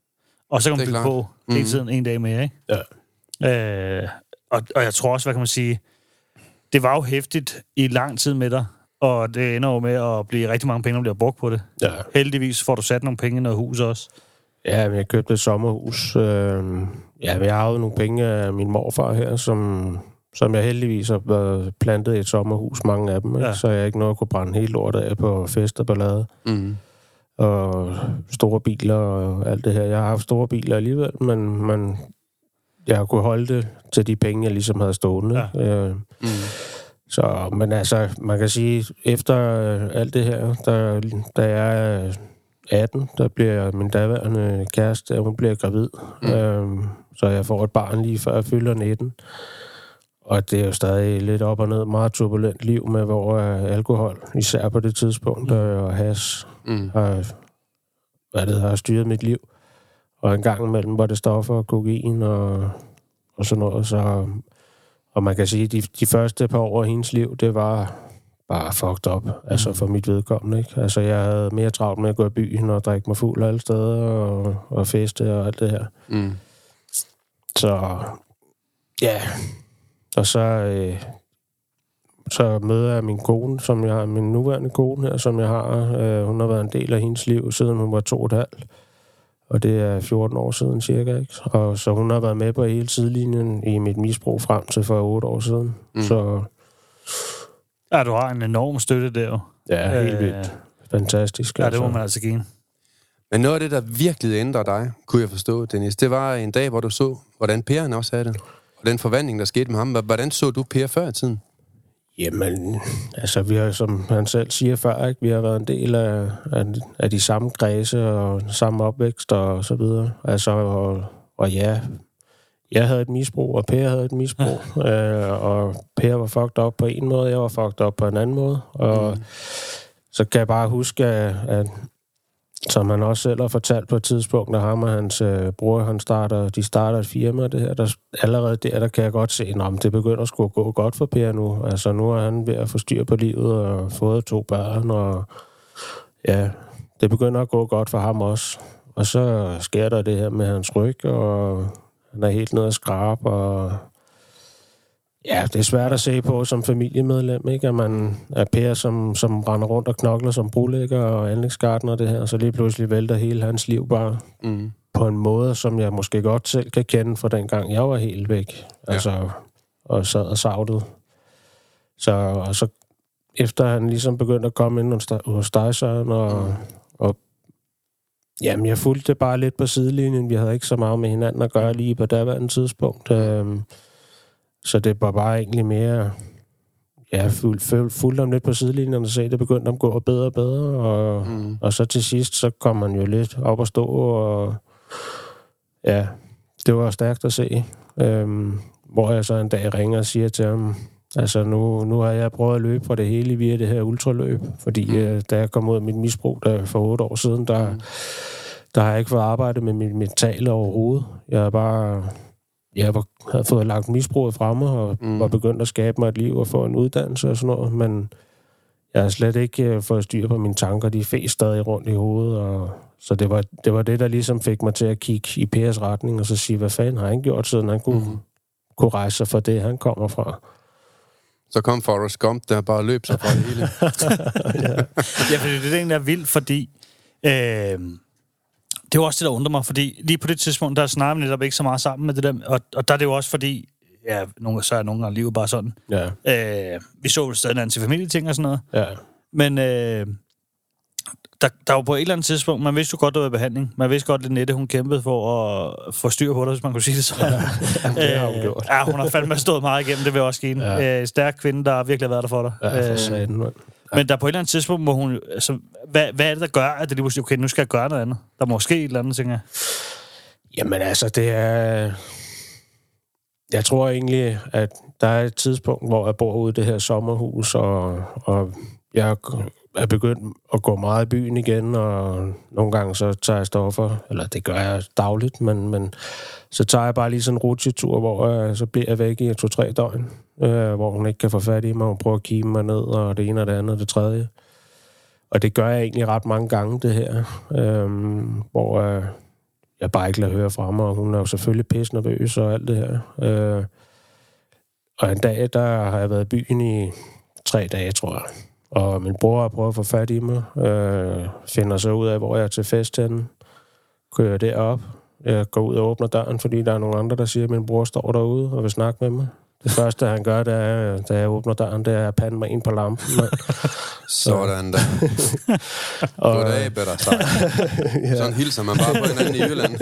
Og så kan man bygge klar. på hele tiden en dag mere, ikke? Ja. Øh, og, og jeg tror også, hvad kan man sige, det var jo hæftigt i lang tid med dig, og det ender jo med at blive rigtig mange penge, der bliver brugt på det. Ja. Heldigvis får du sat nogle penge i noget hus også. Ja, men jeg købte et sommerhus. Øh, ja, men jeg har jo nogle penge af min morfar her, som, som jeg heldigvis har været plantet i et sommerhus, mange af dem. Ja. Så jeg ikke noget at kunne brænde helt lort af på fest og ballade. Mm. Og store biler og alt det her. Jeg har haft store biler alligevel, men, men jeg har kunnet holde det til de penge, jeg ligesom havde stående. Ja. Øh, mm. Så, men altså, man kan sige, efter alt det her, der, da jeg er atten, der bliver min daværende kæreste, hun bliver gravid. Mm. Øhm, så jeg får et barn lige før jeg fylder nitten. Og det er jo stadig lidt op og ned, meget turbulent liv med, hvor alkohol, især på det tidspunkt, mm. og hash, mm. har, hvad det, har styret mit liv. Og en gang imellem var det stoffer og kokain og, og sådan noget. Så, og man kan sige, at de, de første par år af hendes liv, det var bare fucked up, altså for mit vedkommende, ikke? Altså, jeg havde mere travlt med at gå i byen og drikke mig fuld alle steder og, og feste og alt det her. Mm. Så, ja. Og så, øh, så møder jeg min kone, som jeg har, min nuværende kone her, som jeg har. Øh, hun har været en del af hendes liv, siden hun var to og et halvt. Og det er fjorten år siden cirka, ikke? Og så hun har været med på hele sidelinjen i mit misbrug frem til for otte år siden. Mm. Så... Ja, du har en enorm støtte der jo. Ja, helt vildt. Øh, Fantastisk. Ja, det må man altså give. Men noget af det, der virkelig ændrer dig, kunne jeg forstå, Dennis, det var en dag, hvor du så, hvordan Per han også havde det. Og den forvandling, der skete med ham. Hvordan så du Per før i tiden? Jamen, altså vi har, som han selv siger før, ikke, vi har været en del af, af, af de samme kredse og samme opvækst og så videre. Altså, og, og ja, jeg havde et misbrug, og Per havde et misbrug. Ja. Øh, og Per var fucked op på en måde, jeg var fucked op på en anden måde. Og mm. så kan jeg bare huske, at, at som han også selv har fortalt på et tidspunkt, at ham og hans øh, bror, han starter, de starter et firma, det her, der, allerede der, der kan jeg godt se, at det begynder at skulle gå godt for Per nu. Altså nu er han ved at få styr på livet og fået to børn, og ja, det begynder at gå godt for ham også. Og så sker der det her med hans ryg, og han er helt nede at skrabe, og ja, det er svært at se på som familiemedlem, ikke? At man er Per, som, som render rundt og knokler som brolægger og anlægsgartner og det her, og så lige pludselig vælter hele hans liv bare mm. på en måde, som jeg måske godt selv kan kende fra dengang jeg var helt væk. Ja. Altså, og sad og savtede. Så, og så efter han ligesom begyndte at komme ind hos dig, Søren, og, mm. og jamen, jeg fulgte det bare lidt på sidelinjen. Vi havde ikke så meget med hinanden at gøre lige på daværende tidspunkt. Øhm, Så det var bare egentlig mere... Ja, fuldt fuld, fuld om lidt på sidelinjen, og så det begyndte at gå bedre og bedre, og, mm. og så til sidst, så kom man jo lidt op og stå, og ja, det var stærkt at se. Øhm, hvor jeg så en dag ringer og siger til ham, altså nu, nu har jeg prøvet at løbe fra det hele via det her ultraløb, fordi mm. øh, da jeg kom ud af mit misbrug der for otte år siden, der, mm. der har jeg ikke fået arbejde med mit mentale overhovedet. Jeg har bare... Jeg var, havde fået lagt misbruget fra mig, og mm. var begyndt at skabe mig et liv og få en uddannelse og sådan noget, men jeg har slet ikke uh, fået styr på mine tanker. De fæs stadig rundt i hovedet, og så det var, det var det, der ligesom fik mig til at kigge i Pers retning, og så sige, hvad fanden har han gjort, siden han kunne, mm. kunne rejse sig fra det, han kommer fra. Så kom Forrest Gump, der bare løb sig fra det hele. ja. ja, fordi det er egentlig er vildt, fordi... Øh, det er jo også det, der undrer mig, fordi lige på det tidspunkt, der snakker vi netop ikke så meget sammen med det der, og, og der er det jo også fordi, ja, nogle, så er nogle gange livet bare sådan. Ja. Øh, vi så jo stadig en antifamilieting og sådan noget. Ja. Men øh, der, der var på et eller andet tidspunkt, man vidste jo godt, der var behandling. Man vidste godt, at Nette, hun kæmpede for at få styr på det, hvis man kunne sige det sådan. Ja, det har hun gjort. Ja, hun har fandme stået meget igennem, det vil jeg også give en. Ja. Øh, stærk kvinde, der virkelig har været der for dig. Ja, for satan, øh, Men der på et eller andet tidspunkt må hun... Altså, hvad, hvad er det, der gør, at det lige pludselig, okay, nu skal jeg gøre noget andet? Der må ske et eller andet, tænker jeg. Jamen altså, det er... Jeg tror egentlig, at der er et tidspunkt, hvor jeg bor ude i det her sommerhus, og, og jeg er begyndt at gå meget i byen igen, og nogle gange så tager jeg stoffer, eller det gør jeg dagligt, men, men så tager jeg bare lige sådan en rutsjetur, hvor jeg, så bliver jeg væk i to-tre døgn, øh, hvor hun ikke kan få fat i mig, og prøver at kime mig ned, og det ene og det andet og det tredje. Og det gør jeg egentlig ret mange gange, det her, øh, hvor øh, jeg bare ikke lader høre fra mig, og hun er jo selvfølgelig pisse nervøs og alt det her. Øh, og en dag, der har jeg været i byen i tre dage, tror jeg. Og min bror har prøvet at få fat i mig. Øh, finder så ud af, hvor jeg er til fest henne. Kører derop. Jeg går ud og åbner døren, fordi der er nogle andre, der siger, at min bror står derude og vil snakke med mig. Det første, han gør, det er, da jeg åbner døren, det er at pande mig ind på lampen. Sådan der. Goddag, bedre sagt. Ja. Sådan hilser man bare på hinanden i Jylland.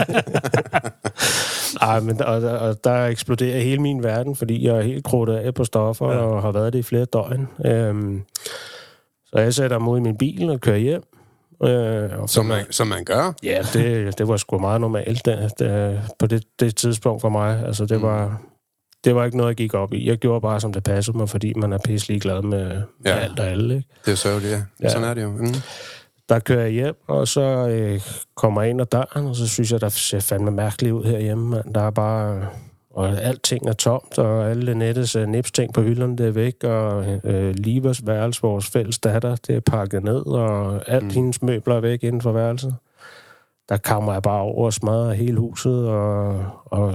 Ej, men og, og der eksploderer hele min verden, fordi jeg er helt krudtet af på stoffer, ja. Og har været det i flere døgn. Øhm, så jeg sætter mig ud i min bil og kører hjem. Øh, og som, man, som man gør? Ja, det, det var sgu meget normalt det, det, på det, det tidspunkt for mig. Altså, det, mm. var, det var ikke noget, jeg gik op i. Jeg gjorde bare, som det passede mig, fordi man er pisselig glad med, med ja. alt og alle. Ikke? Det er sørgeligt, ja. ja. Sådan er det jo. Mm. Der kører jeg hjem, og så øh, kommer jeg ind ad døren, og så synes jeg, der ser fandme mærkeligt ud herhjemme. Man. Der er bare... Og alting er tomt, og alle nettets uh, nipsting på hylderne, det er væk, og uh, Livers værelse, vores fælles datter, det er pakket ned, og alt mm. hendes møbler er væk inden for værelset. Der kommer jeg bare over og smadrer hele huset, og, og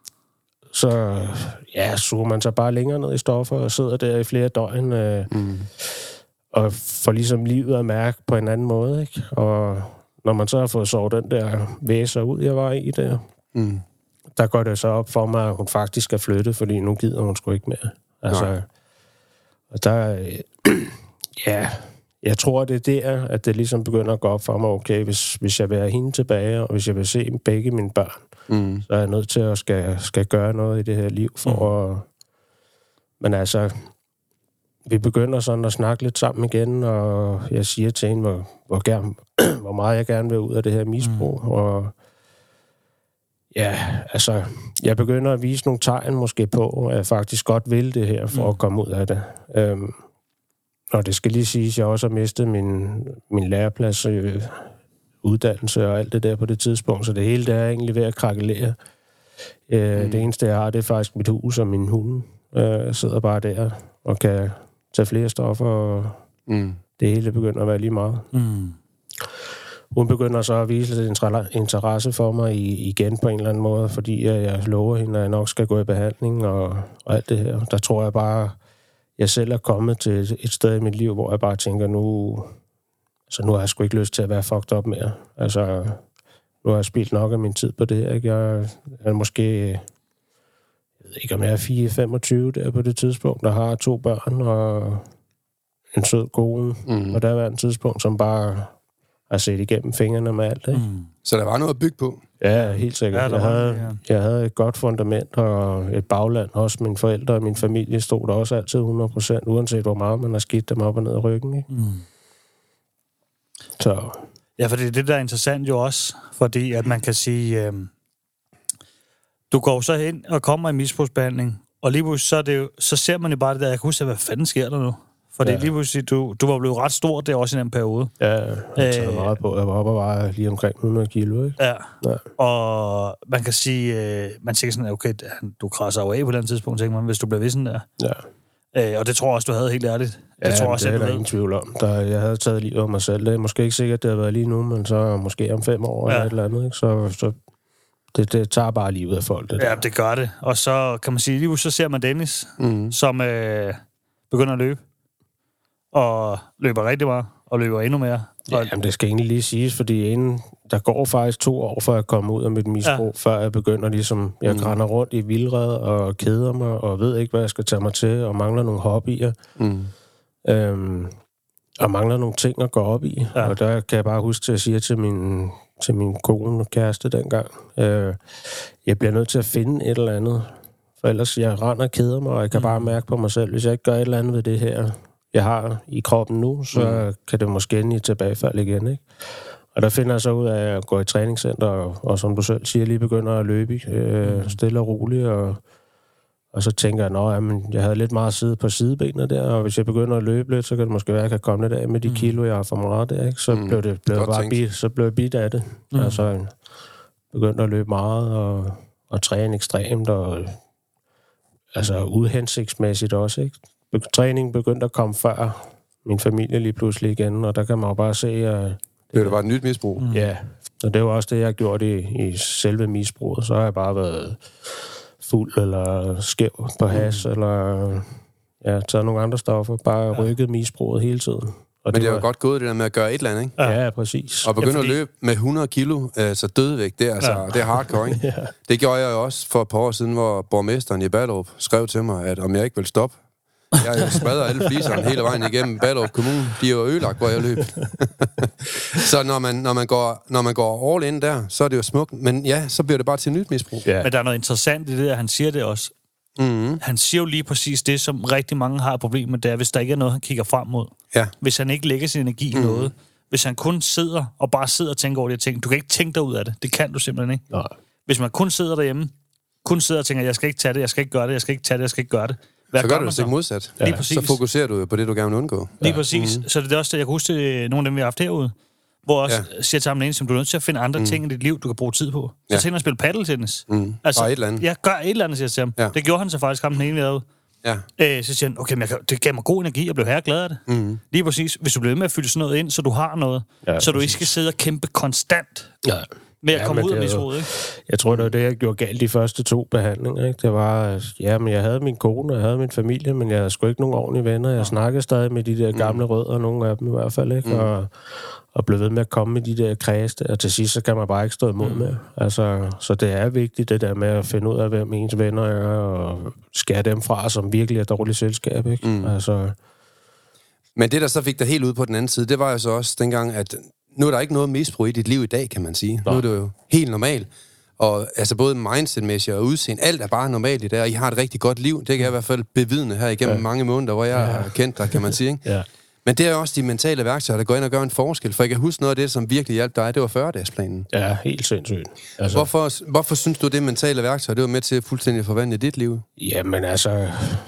så ja, suger man sig bare længere ned i stoffer, og sidder der i flere døgn, uh, mm. og får ligesom livet at mærke på en anden måde, ikke? Og når man så har fået sovet den der væser ud, jeg var i der, mm. der går det så op for mig, at hun faktisk skal flytte, fordi nu gider hun sgu ikke mere. Altså, og der, ja, jeg tror, det er der, at det ligesom begynder at gå op for mig, okay, hvis, hvis jeg vil have hende tilbage, og hvis jeg vil se begge mine børn, mm. så er jeg nødt til at skal, skal gøre noget i det her liv, for mm. at, men altså, vi begynder sådan at snakke lidt sammen igen, og jeg siger til hende, hvor, hvor, gerne, hvor meget jeg gerne vil ud af det her misbrug, mm. og ja, altså, jeg begynder at vise nogle tegn måske på, at jeg faktisk godt vil det her, for mm. at komme ud af det. Øhm, og det skal lige siges, at jeg også har mistet min, min læreplads, øh, uddannelse og alt det der på det tidspunkt, så det hele der er egentlig ved at krakelere. Øh, mm. Det eneste, jeg har, det er faktisk mit hus og min hunde. Øh, jeg sidder bare der og kan tage flere stoffer, og mm. det hele begynder at være lige meget. Mm. Hun begynder så at vise lidt interesse for mig igen på en eller anden måde, fordi jeg lover hende, at jeg nok skal gå i behandling og, og alt det her. Der tror jeg bare, jeg selv er kommet til et sted i mit liv, hvor jeg bare tænker, nu, altså nu har jeg sgu ikke lyst til at være fucked up mere. Altså, nu har jeg spildt nok af min tid på det her. Ikke? Jeg er måske, jeg ved ikke om jeg er fire femogtyve der på det tidspunkt, der har to børn og en sød kone, mm. og der var en tidspunkt, som bare har set igennem fingrene med alt, ikke? Mm. Så der var noget at bygge på? Ja, helt sikkert. Ja, jeg, havde, ja. jeg havde et godt fundament og et bagland. Også mine forældre og min familie stod der også altid hundrede procent, uanset hvor meget man har skidt dem op og ned ad ryggen, ikke? Mm. Så. Ja, for det er det, der er interessant jo også, fordi at man kan sige, øh, du går så hen og kommer i misbrugsbehandling, og lige pludselig så, er det jo, så ser man jo bare det der, jeg kan huske, hvad fanden sker der nu? For det ja. lige pludselig, du, du var blevet ret stor der også i den periode. Ja, jeg tager meget på. Jeg var oppe og var lige omkring hundrede kilo, ikke? Ja. ja. Og man kan sige, øh, man siger sådan, okay, du krasser jo af på den tidspunkt, tænker man, hvis du bliver ved sådan der. Ja. Øh, og det tror jeg også, du havde helt ærligt. Ja, det tror jeg også, det er der ingen tvivl om. Der, jeg havde taget livet af mig selv. Det er måske ikke sikkert, det har været lige nu, men så måske om fem år ja. eller et eller andet, ikke? Så, så det, det tager bare livet af folk, det Ja, der. det gør det. Og så kan man sige, lige så ser man Dennis, mm. som øh, begynder at løbe. Og løber rigtig meget, og løber endnu mere. Ja, jamen, det skal egentlig lige siges, fordi inden, der går faktisk to år, før jeg kommer ud af mit misbrug, ja. før jeg begynder ligesom, jeg mm. grænder rundt i vildred og keder mig, og ved ikke, hvad jeg skal tage mig til, og mangler nogle hobbyer. Mm. Øhm, og mangler nogle ting at gå op i. Ja. Og der kan jeg bare huske til at sige til min, til min kone og kæreste dengang, øh, jeg bliver nødt til at finde et eller andet, for ellers jeg render og keder mig, og jeg kan mm. bare mærke på mig selv, hvis jeg ikke gør et eller andet ved det her, jeg har i kroppen nu, så mm. kan det måske ende i tilbagefald igen, ikke? Og der finder jeg så ud af at gå i træningscenter, og, og som du selv siger, lige begynder at løbe øh, mm. stille og roligt, og, og så tænker jeg, nå, jamen, jeg havde lidt meget siddet på sidebenene der, og hvis jeg begynder at løbe lidt, så kan det måske være, at jeg kan komme lidt af med de kilo, jeg har for meget der, ikke? Så mm. blev det blev bare bit, så blev jeg bit af det. Mm. Altså, jeg begyndte at løbe meget, og, og træne ekstremt, og altså uhensigtsmæssigt også, ikke? Træningen begyndte at komme før min familie lige pludselig igen, og der kan man jo bare se, at det, det var bare et nyt misbrug. Ja, og det var også det, jeg har gjort i, i selve misbruget. Så har jeg bare været fuld eller skæv på has, mm. eller ja, taget nogle andre stoffer, bare ja. rykket misbruget hele tiden. Og Men det, det er var... jo godt gået, det der med at gøre et eller andet, ikke? Ja, ja præcis. Og begynde ja, fordi... at løbe med hundrede kilo, altså dødvægt, det er, altså, ja. det er hardcore, ikke? ja. Det gjorde jeg jo også for et par år siden, hvor borgmesteren i Ballerup skrev til mig, at om jeg ikke vil stoppe. Jeg har jo smadret alle fliserne hele vejen igennem Ballerup Kommune. De er jo ødelagt, hvor jeg løb. Så når man, når, man går, når man går all in der, så er det jo smukt. Men ja, så bliver det bare til nyt misbrug. Ja. Men der er noget interessant i det der, han siger det også. Mm-hmm. Han siger jo lige præcis det, som rigtig mange har et problem med, det er, hvis der ikke er noget, han kigger frem mod. Ja. Hvis han ikke lægger sin energi i mm-hmm. noget. Hvis han kun sidder og bare sidder og tænker over de her ting. Du kan ikke tænke dig ud af det. Det kan du simpelthen ikke. Nej. Hvis man kun sidder derhjemme, kun sidder og tænker, jeg skal ikke tage det, jeg skal ikke gøre det, jeg skal ikke tage det, jeg skal ikke gøre det. Hvad så gør du det ikke modsat. Ja. Lige så fokuserer du på det, du gerne vil undgå. Lige ja. præcis. Mm-hmm. Så det er også det, jeg kan huske nogle af dem, vi har haft herude, hvor også ja. siger til ham en, som du er nødt til at finde andre mm. ting i dit liv, du kan bruge tid på. Så ja. tænker han at spille paddeltennis. Mm. Altså, et eller andet. Ja, gør et eller andet, siger jeg til ham. Ja. Det gjorde han så faktisk ham den ene derude. Ja. Øh, så siger han, okay, men jeg kan, det gav mig god energi, jeg blev her glad af det. Mm. Lige præcis. Hvis du bliver med at fylde sådan noget ind, så du har noget, ja, så du ikke skal sidde og kæmpe konstant. Ja. Med at ja, komme ud af misbruget, ikke? Jeg tror, det var det, jeg gjorde galt de første to behandlinger, ikke? Det var, ja, men jeg havde min kone, og jeg havde min familie, men jeg havde sgu ikke nogen ordentlige venner. Jeg snakkede stadig med de der gamle mm. rødder, nogle af dem i hvert fald, ikke? Mm. Og, og blev ved med at komme med de der kredse, og til sidst, så kan man bare ikke stå imod mm. med. Altså, så det er vigtigt, det der med at finde ud af, hvem ens venner er, og skære dem fra, som virkelig er dårligt selskab, ikke? Mm. Altså... Men det, der så fik dig helt ud på den anden side, det var jo så også dengang, at nu er der ikke noget misbrug i dit liv i dag, kan man sige. Nå. Nu er det jo helt normalt. Og altså både mindsetmæssigt og udseende, alt er bare normalt i det, og I har et rigtig godt liv. Det kan jeg i hvert fald bevidne her igennem ja. mange måneder, hvor jeg ja. har kendt dig, kan man sige. Ikke? Ja. Men det er jo også de mentale værktøjer, der går ind og gør en forskel. For jeg kan huske noget af det, som virkelig hjalp dig, det var fyrre-dagesplanen. Ja, helt sindssygt. Altså... Hvorfor, hvorfor synes du, det mentale værktøj, det var med til at fuldstændig forvandle dit liv? Jamen altså...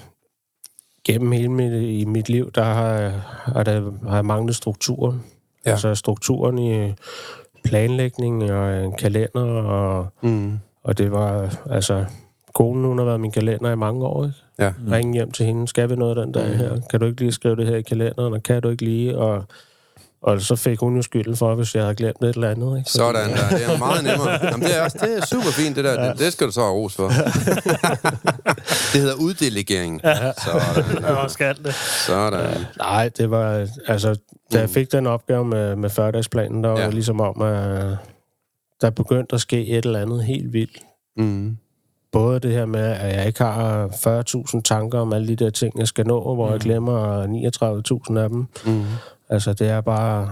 Gennem hele mit, i mit liv, der har, har, der, har jeg manglet strukturen. Ja. Altså strukturen i planlægning og en kalender, og, mm. og det var, altså, konen, hun har været min kalender i mange år, ikke? Ja. Mm. Ringe hjem til hende, skal vi noget den dag her? Kan du ikke lige skrive det her i kalenderen, og kan du ikke lige? Og, og så fik hun jo skylden for, hvis jeg havde glemt et eller andet, ikke? Sådan der, det er meget nemmere. Jamen, det er også, det er super fint, det der. Ja. Det, det skal du så have ros for. Det hedder uddelegering. Ja. Sådan. Ja, skal det. Sådan. Ja, nej, det var, altså, da jeg fik den opgave med, med fyrre-dagesplanen, der var ja. det ligesom om, at der begyndte at ske et eller andet helt vildt. Mm. Både det her med, at jeg ikke har fyrre tusind tanker om alle de der ting, jeg skal nå, hvor mm. jeg glemmer niogtredive tusind af dem. Mm. Altså, det er bare...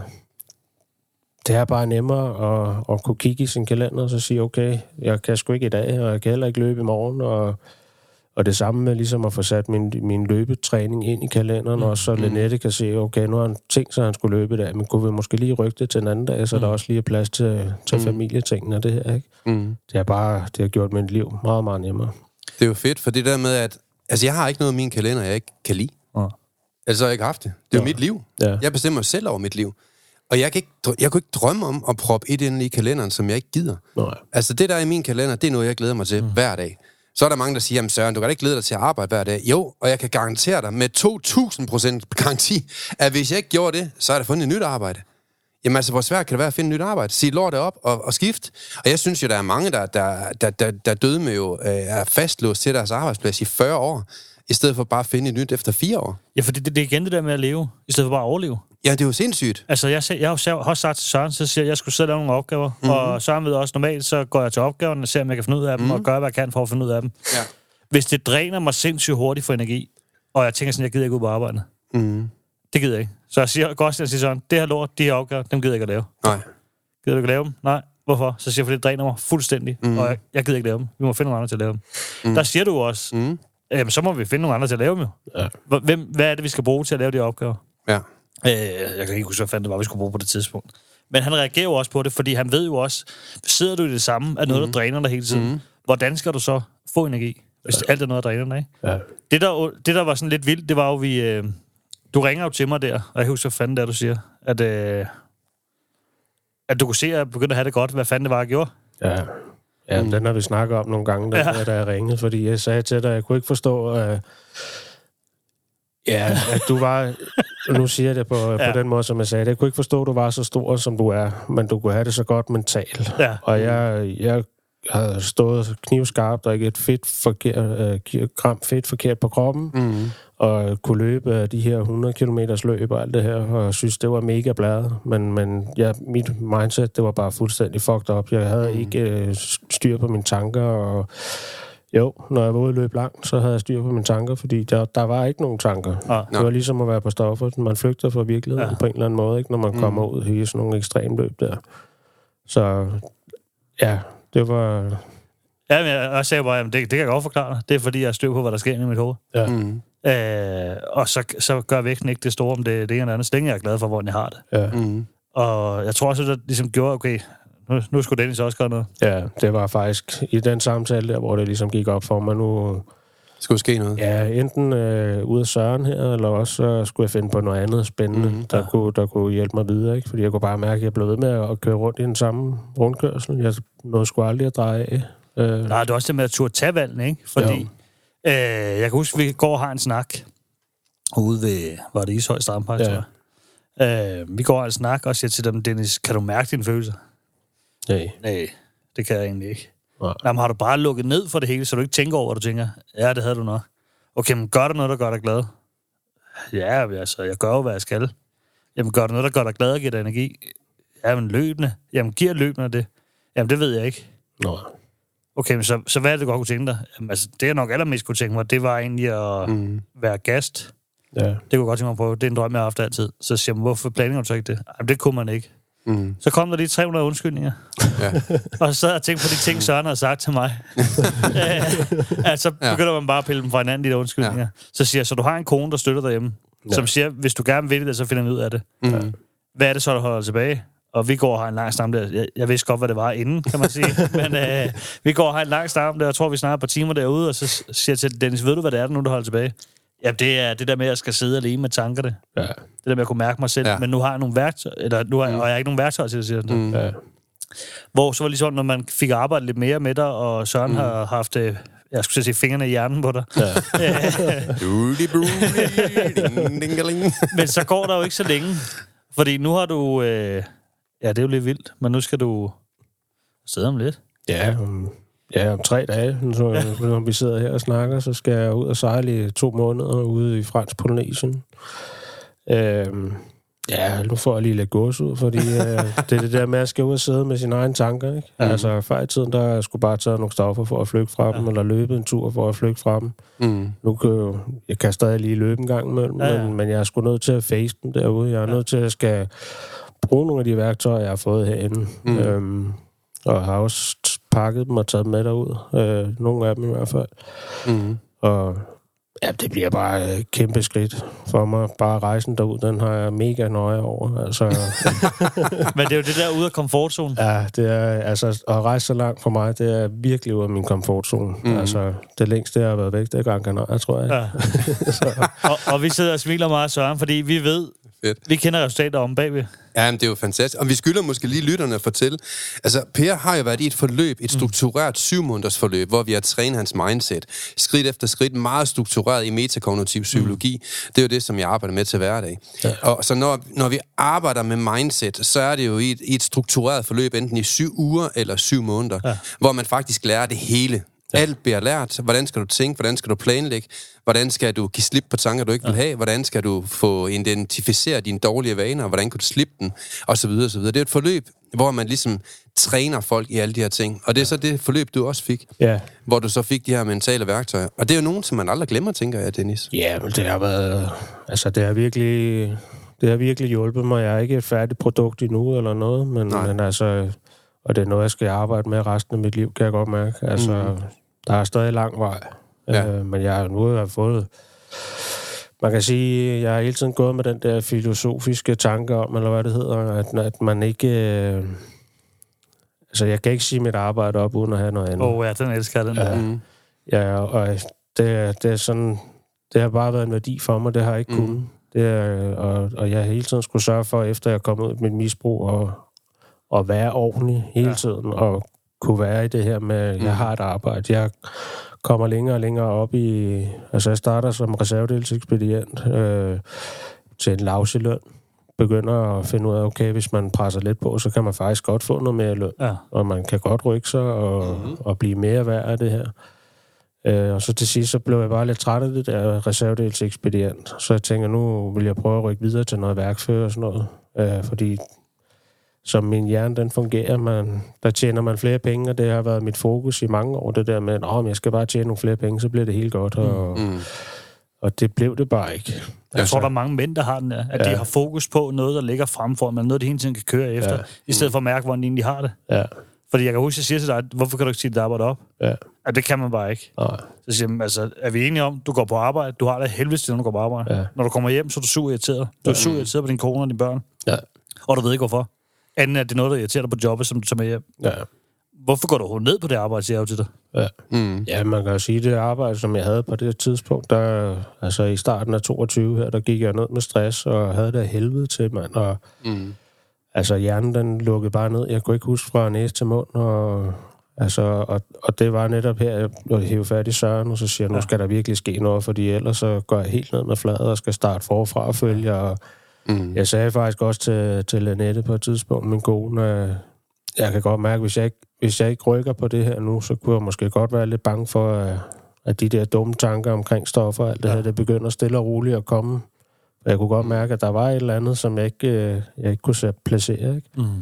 Det er bare nemmere at, at kunne kigge i sin kalender og så sige, okay, jeg kan sgu ikke i dag, og jeg kan heller ikke løbe i morgen, og, og det samme med ligesom at få sat min, min løbetræning ind i kalenderen, mm. og så Lenette kan se, okay, nu har han tænkt sig, at han skulle løbe i dag, men kunne vi måske lige rykke det til en anden dag, så mm. der også lige er plads til, til mm. familietingene og det her, ikke? Mm. Det er bare, det har gjort mit liv meget, meget nemmere. Det er jo fedt, for det der med, at altså, jeg har ikke noget i min kalender, jeg ikke kan lide. Ja. Altså, jeg har ikke haft det. Det er jo ja. mit liv. Ja. Jeg bestemmer selv over mit liv. Og jeg, kan ikke, jeg kunne ikke drømme om at proppe et ind i kalenderen, som jeg ikke gider. Nej. Altså, det der er i min kalender, det er noget, jeg glæder mig til mm. hver dag. Så er der mange, der siger, jamen Søren, du kan da ikke glæde dig til at arbejde hver dag. Jo, og jeg kan garantere dig med to tusind procent garanti, at hvis jeg ikke gjorde det, så er der fundet et nyt arbejde. Jamen altså, hvor svært kan det være at finde et nyt arbejde? Sig lortet op og, og skift. Og jeg synes jo, der er mange, der, der, der, der, der døde med jo, øh, er fastlåst til deres arbejdsplads i fyrre år, i stedet for bare at finde et nyt efter fire år. Ja, for det, det er igen det der med at leve, i stedet for bare at overleve. Ja, det er jo sindssygt. Altså, jeg, jeg har jo også sagt til Søren, så siger jeg, at jeg skulle selv lave nogle opgaver, mm-hmm. og Søren ved også, normalt så går jeg til opgaverne og ser, om jeg kan finde ud af dem, mm-hmm. og gør, hvad jeg kan for at finde ud af dem. Ja. Hvis det dræner mig sindssygt hurtigt for energi, og jeg tænker sådan, jeg gider ikke ud på arbejde, mm-hmm. det gider jeg ikke. Så jeg siger godt, jeg siger sådan, det her lort, de her opgaver, dem gider jeg ikke at lave. Nej. Gider du ikke at lave dem? Nej. Hvorfor? Så siger jeg, fordi det dræner mig fuldstændig, mm-hmm. og jeg, jeg gider ikke lave dem. Vi må finde nogle andre til at lave dem. Mm-hmm. Der siger du også, mm-hmm. jamen, så må vi finde nogle andre til at lave dem. Ja. Hvem, hvad er det, vi skal bruge til at lave de opgaver? Ja. Øh, jeg kan ikke huske, hvad fanden det var, vi skulle bruge på det tidspunkt. Men han reagerer jo også på det, fordi han ved jo også, sidder du i det samme, er noget, mm-hmm. der dræner dig hele tiden. Mm-hmm. Hvordan skal du så få energi, hvis ja. alt er noget, der dræner dig, ikke? Ja. Det, der, det, der var sådan lidt vildt, det var jo, vi... Øh, du ringer jo til mig der, og jeg husker, hvad fanden det er, du siger, at, øh, at du kunne se, at jeg begyndte at have det godt, hvad fanden det var, jeg gjorde. Ja. Ja, mm. den har vi snakket om nogle gange, der, ja. da jeg ringede, fordi jeg sagde til dig, at jeg kunne ikke forstå, uh, ja, at du var, nu siger jeg det på, ja. på den måde, som jeg sagde, jeg kunne ikke forstå, at du var så stor, som du er, men du kunne have det så godt mentalt. Ja. Og jeg, jeg havde stået knivskarpt og ikke et fedt forkert, øh, gram fedt forkert på kroppen, mm. og kunne løbe de her hundrede kilometers løb og alt det her, og synes, det var mega bladet. Men, men ja, mit mindset, det var bare fuldstændig fucked up. Jeg havde mm. ikke øh, styr på mine tanker, og jo, når jeg var ude og løbe langt, så havde jeg styr på mine tanker, fordi der, der var ikke nogen tanker. Ah, det var ligesom at være på stoffer. Man flygter fra virkeligheden ja. på en eller anden måde, ikke, når man mm. kommer ud i sådan nogle ekstremløb der. Så ja, det var... Ja, men jeg, jeg sagde bare, jamen, det, det kan jeg godt forklare dig. Det er fordi, jeg er styr på, hvad der sker i mit hoved. Ja. Mm. Øh, og så, så gør vægten ikke det store, om det, det ene eller andet. Så længe jeg er glad for, hvordan jeg har det. Ja. Mm. Og jeg tror også, at det ligesom gjorde, okay, nu, nu skulle Dennis også gøre noget. Ja, det var faktisk i den samtale der, hvor det ligesom gik op for mig nu... Skulle ske noget? Ja, enten øh, ud af Søren her, eller også øh, skulle jeg finde på noget andet spændende, mm, der, ja. kunne, der kunne hjælpe mig videre, ikke? Fordi jeg kunne bare mærke, at jeg blev ved med at køre rundt i den samme rundkørsel. Jeg nåede sgu aldrig at dreje af. Øh. Nej, det er også det med at turde tage valgene, ikke? Fordi øh, jeg kan huske, at vi går og har en snak ude ved, var det Ishøj Strandpark, ja. tror jeg. Øh, vi går og har en snak og siger til dem, Dennis, kan du mærke dine følelser? Nej. Nej, det kan jeg egentlig ikke. Ja. Jamen, har du bare lukket ned for det hele, så du ikke tænker over, hvad du tænker? Ja, det havde du nok. Okay, men gør der noget, der gør dig glad? Ja, altså, jeg gør jo, hvad jeg skal. Jamen, gør der noget, der gør dig glad og giver dig energi? Jamen, løbende. Jamen, giver løbende det? Jamen, det ved jeg ikke. Nå. Okay, men så, så hvad er det, du godt kunne tænke dig? Jamen, altså, det jeg nok allermest kunne tænke mig, det var egentlig at mm. være gast. Ja. Det kunne jeg godt tænke mig at prøve. Det er en drøm, jeg har haft altid. Så siger man, hvorfor planlægger du så ikke det? Jamen, det kunne man ikke. Mm. Så kom der lige tre hundrede undskyldninger. Ja. Og så sad jeg og tænkte på de ting, Søren havde sagt til mig. Æ, altså begynder man bare at pille dem fra hinanden, de der undskyldninger. Ja. Så siger jeg, så du har en kone, der støtter derhjemme, ja. som siger, hvis du gerne vil det, så finder vi ud af det. Mm. Hvad er det så, der holder tilbage? Og vi går og har en lang snak der. Jeg, jeg vidste godt, hvad det var inden, kan man sige. Men øh, vi går og har en lang snak der. Jeg tror, vi snart et par timer derude, og så siger jeg til Dennis, ved du, hvad det er, der nu, der holder tilbage? Ja, det er det der med, at jeg skal sidde alene med tankerne. Ja. Det der med, at kunne mærke mig selv. Ja. Men nu har jeg nogle værktøjer, eller nu har, mm. og jeg har ikke nogen værktøjer til at sige det. Mm. Ja. Hvor så var det ligesom, når man fik arbejdet lidt mere med dig, og Søren mm. har haft, jeg skulle sige, fingrene i hjernen på dig. Ja. Men så går der jo ikke så længe. Fordi nu har du, øh, ja, det er jo lidt vildt, men nu skal du sidde om lidt. Ja, um Ja, om tre dage, så, ja. når vi sidder her og snakker, så skal jeg ud og sejle i to måneder ude i Fransk Polynesien. Øhm, ja, nu får jeg lige lidt gås ud, fordi øh, det er det der med, at jeg skal ud og sidde med sine egne tanker, ikke? Mm. Altså, før i tiden, der jeg skulle bare tage nogle stoffer for at flygte fra ja. dem, eller løbe en tur for at flygte fra dem. Mm. Nu kan jeg, jeg kan stadig lige løbe en gang imellem, ja, ja. Men, men jeg er sgu nødt til at face dem derude. Jeg er ja. nødt til at skal bruge nogle af de værktøjer, jeg har fået herinde. Mm. Øhm, og har også pakket dem og taget dem med derud. Øh, nogle af dem i hvert fald. Mm. Og ja, det bliver bare et kæmpe skridt for mig. Bare rejsen derud, den har jeg mega nøje over. Altså, men det er jo det der ude af komfortzonen. Ja, det er, altså, at rejse så langt for mig, det er virkelig ude af min komfortzone. Mm. Altså, det længste, jeg har været væk, det er Gran Canaria, tror jeg. Ja. og, og vi sidder og smiler meget, Søren, fordi vi ved, fedt. Vi kender resultater om bagved. Ja, men det er jo fantastisk. Og vi skylder måske lige lytterne at fortælle. Altså, Per har jo været i et forløb, et struktureret syv måneders forløb, hvor vi har trænet hans mindset. Skridt efter skridt, meget struktureret i metakognitiv psykologi. Mm. Det er jo det, som jeg arbejder med til hverdag. Ja. Og så når, når vi arbejder med mindset, så er det jo i et, i et struktureret forløb, enten i syv uger eller syv måneder, ja. hvor man faktisk lærer det hele. Ja. Alt bliver lært. Hvordan skal du tænke? Hvordan skal du planlægge? Hvordan skal du give slip på tanker, du ikke vil have? Hvordan skal du få identificeret dine dårlige vaner? Hvordan kan du slippe den? Og så videre, og så videre. Det er et forløb, hvor man ligesom træner folk i alle de her ting. Og det er så det forløb, du også fik. Ja. Hvor du så fik de her mentale værktøjer. Og det er jo nogen, som man aldrig glemmer, tænker jeg, Dennis. Ja, men det har været... Altså, det har virkelig... Det har virkelig hjulpet mig. Jeg er ikke et færdigt produkt endnu eller noget, men, men altså... Og det er noget, jeg skal arbejde med resten af mit liv, kan jeg godt mærke. Altså, mm. der er stadig lang vej. Ja. Øh, men jeg nu har jeg fået... Man kan sige, jeg har hele tiden gået med den der filosofiske tanke om, eller hvad det hedder, at, at man ikke... Øh, altså, jeg kan ikke sige mit arbejde op, uden at have noget andet. Åh oh, ja, den elsker den der. Mm. Ja, og det, det er sådan... Det har bare været en værdi for mig, det har jeg ikke mm. kunnet. Det er, og, og jeg har hele tiden skulle sørge for, efter jeg kom ud af mit misbrug, og og være ordentlig hele ja. tiden, og kunne være i det her med, at jeg har et arbejde. Jeg kommer længere og længere op i... Altså, jeg starter som reservedelsekspedient øh, til en lavseløn begynder at finde ud af, okay, hvis man presser lidt på, så kan man faktisk godt få noget mere løn. Ja. Og man kan godt rykke sig og, mm-hmm. og blive mere værd af det her. Øh, og så til sidst, så blev jeg bare lidt træt af det der reservedelsekspedient. Så jeg tænker, nu vil jeg prøve at rykke videre til noget værkfører og sådan noget. Øh, fordi som min hjerne, den fungerer, man, der tjener man flere penge, og det har været mit fokus i mange år, det der med, at jeg skal bare tjene nogle flere penge, så bliver det helt godt. Og, mm. og det blev det bare ikke. Jeg altså, tror, der er mange mænd, der har den der, at ja. de har fokus på noget, der ligger fremfor, men noget, de hele tiden kan køre efter, ja. i stedet for at mærke, hvordan de egentlig har det. Ja. Fordi jeg kan huske, at jeg siger til dig, hvorfor kan du ikke sige, at du arbejder op? Ja. At det kan man bare ikke. Nej. Så siger jeg, altså, er vi enige om, du går på arbejde, du har det helvedes til, når du går på arbejde. Ja. Når du kommer hjem, så er du sur irriteret. Du er sur irriteret på din kone og dine børn. Ja. Og du ved ikke, hvorfor. Anden er, det er noget, der irriterer dig på jobbet, som du tager med hjem. Ja. Hvorfor går du ned på det arbejde, siger jeg jo til dig? Ja. Mm. ja, man kan jo sige, det arbejde, som jeg havde på det tidspunkt, der, altså i starten af toogtyve her, der gik jeg ned med stress, og havde det helvede til, mand. Og mm. altså hjernen, den lukkede bare ned. Jeg kunne ikke huske fra næse til mund, og altså, og, og det var netop her, jeg hævde fat i Søren, og så siger jeg, nu skal der virkelig ske noget, fordi ellers så går jeg helt ned med fladet, og skal starte forfra og følge, og mm. jeg sagde faktisk også til, til Lanette på et tidspunkt, min kone, at jeg kan godt mærke, hvis jeg, ikke, hvis jeg ikke rykker på det her nu, så kunne jeg måske godt være lidt bange for, at, at de der dumme tanker omkring stoffer og alt det ja. her, det begynder stille og roligt at komme. Jeg kunne godt mærke, at der var et eller andet, som jeg ikke, jeg ikke kunne placere. Ikke? Mm.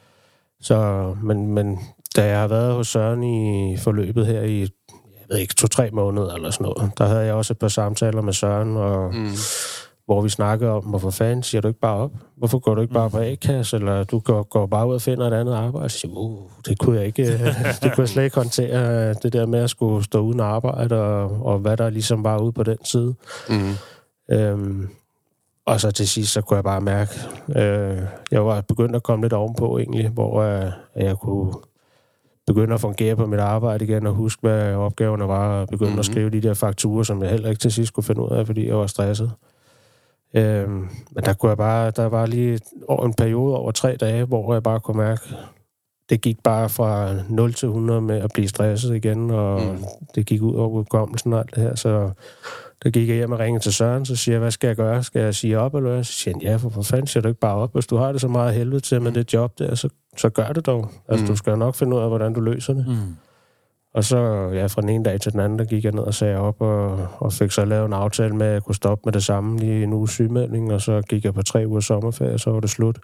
Så, men, men da jeg har været hos Søren i forløbet her i, jeg ved ikke, to-tre måneder eller sådan noget, der havde jeg også et par samtaler med Søren, og mm. hvor vi snakkede om, hvorfor fanden siger du ikke bare op? Hvorfor går du ikke bare på A-kasse, eller du går, går bare ud og finder et andet arbejde? Så siger uh, det kunne jeg ikke, det kunne jeg slet ikke håndtere, det der med at skulle stå uden arbejde, og, og hvad der ligesom var ude på den side. Mm. Øhm, og så til sidst, så kunne jeg bare mærke, øh, jeg var begyndt at komme lidt ovenpå egentlig, hvor øh, jeg kunne begynde at fungere på mit arbejde igen, og huske, hvad opgaverne var, og begynde mm-hmm. at skrive de der fakturer, som jeg heller ikke til sidst kunne finde ud af, fordi jeg var stresset. Øhm, men der kunne jeg bare, der var lige over en periode over tre dage, hvor jeg bare kunne mærke, det gik bare fra nul til hundrede med at blive stresset igen, og mm. det gik ud over udkommelsen og alt det her, så der gik jeg hjem og ringede til Søren, så siger jeg, hvad skal jeg gøre? Skal jeg sige op, eller hvad? Så siger han, ja, for, for fanden siger du ikke bare op? Hvis du har det så meget helvede til med det job der, så, så gør det dog. Altså, mm. du skal nok finde ud af, hvordan du løser det. Mm. Og så, ja, fra den ene dag til den anden, der gik jeg ned og sagde op, og, og fik så lavet en aftale med, at jeg kunne stoppe med det samme lige en uge sygemelding, og så gik jeg på tre uger sommerferie, og så var det slut.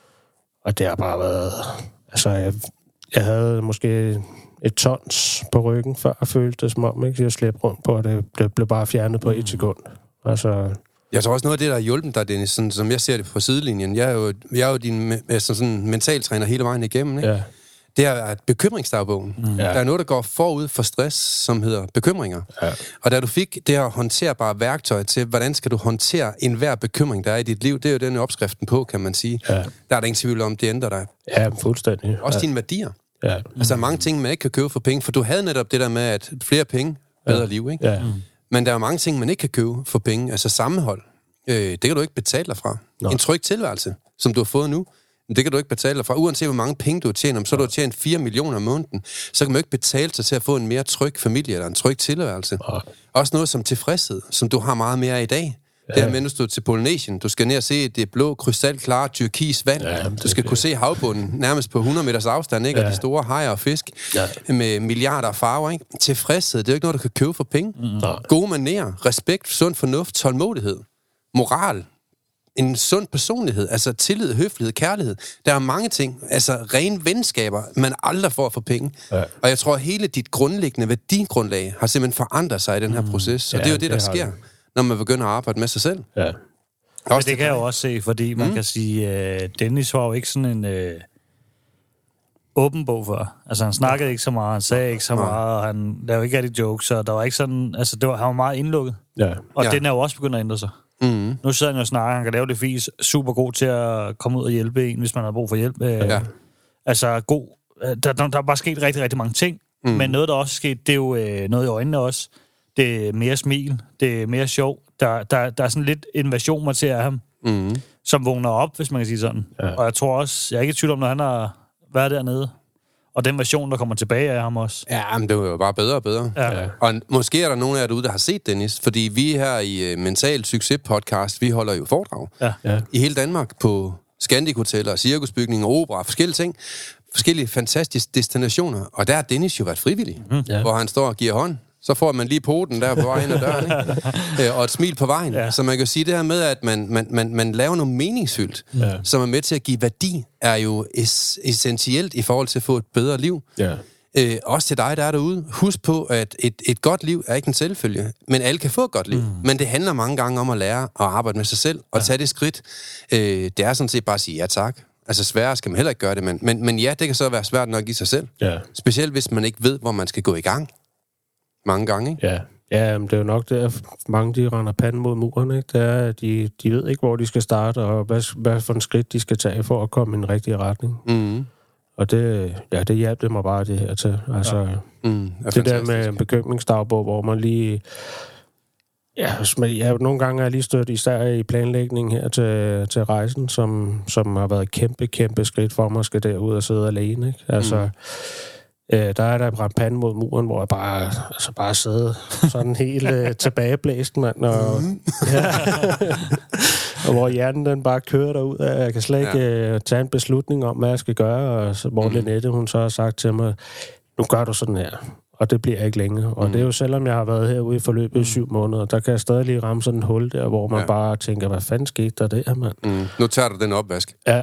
Og det har bare været... Altså, jeg, jeg havde måske et tons på ryggen, før jeg følte det som om, ikke? Jeg slæbte rundt på, og det, det blev bare fjernet på et sekund. Altså... Jeg tror også noget af det, der har hjulpet dig, Dennis, sådan, som jeg ser det på sidelinjen. Jeg er jo, jeg er jo din altså sådan, mentaltræner hele vejen igennem, ikke? Ja. Det er bekymringsdagbogen. Mm. Ja. Der er noget, der går forud for stress, som hedder bekymringer. Ja. Og da du fik det her håndterbare værktøj til, hvordan skal du håndtere enhver bekymring, der er i dit liv, det er jo den opskriften på, kan man sige. Ja. Der er der ingen tvivl om, det ændrer dig. Ja, fuldstændig. Også ja. dine værdier. Ja. Mm. Altså, der er mange ting, man ikke kan købe for penge, for du havde netop det der med, at flere penge, bedre ja. liv, ikke? Ja. Mm. Men der er mange ting, man ikke kan købe for penge. Altså sammenhold. Øh, det kan du ikke betale dig fra. Nå. En tryg tilværelse, som du har fået nu, det kan du ikke betale dig fra. Uanset hvor mange penge du tjener, så har du tjent fire millioner om måneden, så kan man ikke betale sig til at få en mere tryg familie, eller en tryg tilværelse. Ja. Også noget som tilfredshed, som du har meget mere i dag. Ja. Der mens du til Polynesien, du skal ned og se det blå, krystalklare, tyrkis vand. Ja, du skal kunne se havbunden nærmest på hundrede meters afstand, ikke? Ja. Og de store hajer og fisk ja. med milliarder af farver. Ikke? Tilfredshed, det er jo ikke noget, du kan købe for penge. Mm. Gode manerer, respekt, sund fornuft, tålmodighed, moral, en sund personlighed, altså tillid, høflighed, kærlighed. Der er mange ting, altså rene venskaber, man aldrig får for penge. Ja. Og jeg tror, at hele dit grundlæggende værdigrundlag har simpelthen forandret sig i den her proces. Og ja, det er jo det, det der sker, det. Når man begynder at arbejde med sig selv. Ja. Også Men det kan jeg jo også se, fordi man mm. kan sige, uh, Dennis var jo ikke sådan en uh, åben bog før. Altså han snakkede ikke så meget, han sagde ikke så meget, og han lavede ikke rigtig jokes, så der var ikke sådan, altså det var, han var meget indlukket. Ja. Og ja. den er jo også begyndt at ændre sig. Mm. Nu sidder han jo og snakker, han kan lave det fis, super god til at komme ud og hjælpe en, hvis man har brug for hjælp. Ja. Altså god, der, der, der er bare sket rigtig, rigtig mange ting, mm. men noget, der også er sket, det er jo øh, noget i øjnene også. Det er mere smil, det er mere sjov. Der, der, der er sådan lidt invasion, man ser af ham, mm. som vågner op, hvis man kan sige sådan. Ja. Og jeg tror også, jeg er ikke i tvivl om, når han har været dernede, Og den version, der kommer tilbage af ham også. Ja, men det var jo bare bedre og bedre. Ja. Og måske er der nogen af jer derude, der har set Dennis, fordi vi her i uh, Mental Succes podcast, vi holder jo foredrag ja. Ja. i hele Danmark på Scandic Hoteller, cirkusbygninger, opera, forskellige ting. Forskellige fantastiske destinationer. Og der har Dennis jo været frivillig, mm. ja. hvor han står og giver hånd. Så får man lige poten der på vejen ad døren, ikke? Og et smil på vejen. Ja. Så man kan sige det her med, at man, man, man, man laver noget meningsfyldt, ja. som er med til at give værdi, er jo es- essentielt i forhold til at få et bedre liv. Ja. Øh, også til dig, der er derude. Husk på, at et, et godt liv er ikke en selvfølge, men alle kan få et godt liv. Mm. Men det handler mange gange om at lære at arbejde med sig selv, og ja. tage det skridt. Øh, det er sådan set bare at sige ja tak. Altså sværere skal man heller ikke gøre det, men, men, men ja, det kan så være svært nok i sig selv. Ja. Specielt hvis man ikke ved, hvor man skal gå i gang. Mange gange, ikke? Ja, ja men det er jo nok der, mange de render panden mod muren, ikke? Det er, de, de ved ikke, hvor de skal starte, og hvad, hvad for en skridt de skal tage for at komme i en rigtig retning. Mm. Og det, ja, det hjalp det mig bare det her til. Altså, ja. mm, det der med bekymringsdagbog, hvor man lige... Ja, ja, nogle gange har jeg lige stødt især i planlægning her til, til rejsen, som, som har været et kæmpe, kæmpe skridt for mig at skal derud og sidde alene, ikke? Altså... Mm. Øh, der er der brændt panden mod muren, hvor jeg bare, altså bare sidder sådan helt øh, tilbageblæst, mand. Og, mm. ja. og hvor hjernen den bare kører derud af. Jeg kan slet ikke ja. øh, tage en beslutning om, hvad jeg skal gøre. Og så, hvor mm. Lenette, hun så har sagt til mig, nu gør du sådan her. Og det bliver ikke længere. Og mm. det er jo selvom jeg har været herude i forløbet mm. i syv måneder, der kan jeg stadig lige ramme sådan en hul der, hvor man ja. bare tænker, hvad fanden skete der der, mand? Mm. Nu tager du den opvask. Ja.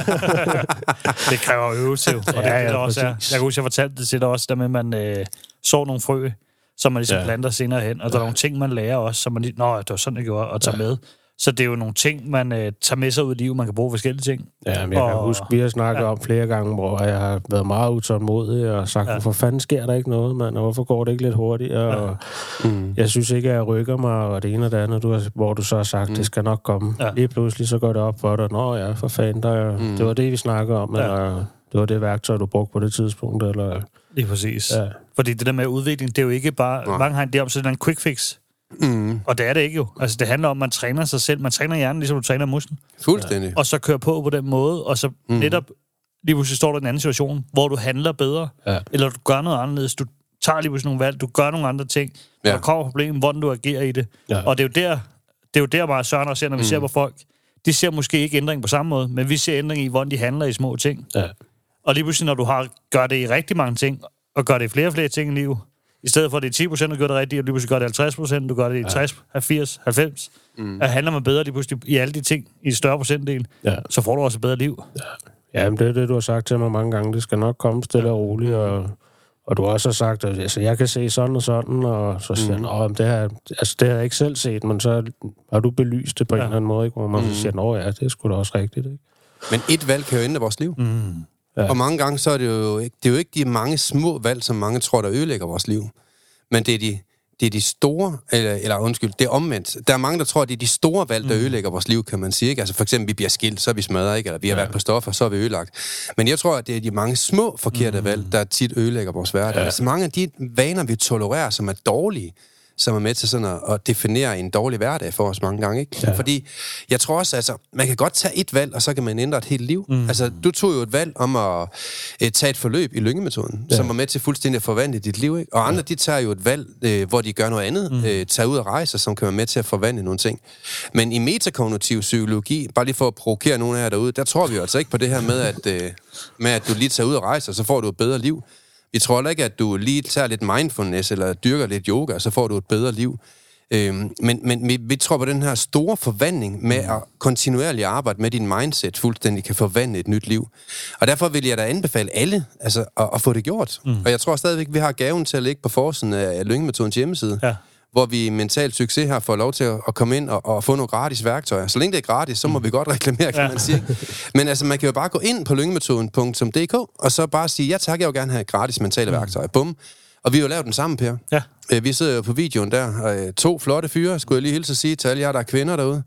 Det kræver øvelse jo. Og det, ja, ja, det også er. Jeg kan huske, jeg fortalte det til dig også, der med, at man øh, så nogle frø, som man ligesom ja. planter senere hen. Og der er nogle ting, man lærer også, som man lige, nå, det var sådan, jeg gjorde, og tager ja. med. Så det er jo nogle ting, man øh, tager med sig ud i livet, man kan bruge forskellige ting. Ja, men jeg og, kan huske, vi har snakket ja. om flere gange, hvor jeg har været meget utålmodig og sagt, ja. hvorfor fanden sker der ikke noget, mand, og hvorfor går det ikke lidt hurtigere? Ja. Og mm. jeg synes ikke, at jeg rykker mig, og det ene og det andet, du har, hvor du så har sagt, mm. det skal nok komme. Ja. Lige pludselig så går det op for dig, nå ja, for fanden, der, mm. det var det, vi snakkede om, ja. eller det var det værktøj, du brugte på det tidspunkt, eller... Lige præcis. Ja. Fordi det der med udvikling, det er jo ikke bare... Ja. Mange har en idé om sådan en quick fix. Mm. Og det er det ikke jo. Altså det handler om, at man træner sig selv. Man træner hjernen, ligesom du træner musklen. Fuldstændig. Og så kører på på den måde, og så mm. netop lige pludselig står der i en anden situation, hvor du handler bedre, ja. eller du gør noget anderledes. Du tager lige pludselig nogle valg, du gør nogle andre ting, ja. og der kommer problemer, hvordan du agerer i det. Ja. Og det er jo der, det er jo der meget Søren også ser, når vi mm. ser på folk. De ser måske ikke ændring på samme måde, men vi ser ændring i, hvordan de handler i små ting. Ja. Og lige pludselig, når du har gør det i rigtig mange ting, og gør det i flere og flere ting i livet, i stedet for, at det er ti procent, du gør det rigtigt, og lige pludselig gør det halvtreds procent, du gør det i tres, halvfjerds, halvfems. Mm. Og handler man bedre lige pludselig i alle de ting, i et større procentdel, ja. så får du også et bedre liv. Ja, ja, men det er det, du har sagt til mig mange gange. Det skal nok komme stille og roligt, og, og du har også sagt, at altså, jeg kan se sådan og sådan, og så siger mm. jeg, det her, altså, det har jeg ikke selv set, men så har du belyst det på ja. en eller anden måde, ikke? Hvor man mm. siger, at ja, det er sgu da også rigtigt. Ikke? Men et valg kan jo ændre vores liv. Mm. Ja. Og mange gange, så er det jo ikke, det er jo ikke de mange små valg, som mange tror, der ødelægger vores liv. Men det er de, det er de store, eller, eller undskyld, det er omvendt. Der er mange, der tror, at det er de store valg, der ødelægger vores liv, kan man sige. Ikke? Altså for eksempel, vi bliver skilt, så er vi smadret, ikke? Eller vi har ja. været på stoffer, så er vi ødelagt. Men jeg tror, at det er de mange små forkerte mm. valg, der tit ødelægger vores hverdag. Ja. Altså mange af de vaner, vi tolererer, som er dårlige, som er med til sådan at, at definere en dårlig hverdag for os mange gange, ikke? Ja. Fordi jeg tror også, altså, man kan godt tage et valg, og så kan man ændre et helt liv. Mm. Altså, du tog jo et valg om at uh, tage et forløb i Lynge-metoden, ja. som var med til fuldstændig at forvandle dit liv, ikke? Og andre, ja. de tager jo et valg, uh, hvor de gør noget andet, mm. uh, tager ud og rejser, som kan være med til at forvandle nogle ting. Men i metakognitiv psykologi, bare lige for at provokere nogle af jer derude, der tror vi jo altså ikke på det her med, at, uh, med, at du lige tager ud og rejser, så får du et bedre liv. Vi tror ikke, at du lige tager lidt mindfulness, eller dyrker lidt yoga, så får du et bedre liv. Øhm, men men vi, vi tror på den her store forvandling med at kontinuerligt arbejde med din mindset, fuldstændig kan forvandle et nyt liv. Og derfor vil jeg da anbefale alle altså, at, at få det gjort. Mm. Og jeg tror stadigvæk, vi har gaven til at ligge på forsiden af Lynge-metodens hjemmeside, ja. hvor vi Mental Succes her får lov til at, at komme ind og, og få nogle gratis værktøjer. Så længe det er gratis, så må mm. vi godt reklamere, kan ja. man sige. Men altså, man kan jo bare gå ind på lyngemetoden punktum d k, og så bare sige, ja tak, jeg vil gerne have gratis mentale mm. værktøjer. Bum. Og vi har jo lavet den sammen, Per. Ja. Vi sidder jo på videoen der, og to flotte fyre, skulle jeg lige hilse at sige til alle jer, der er kvinder derude.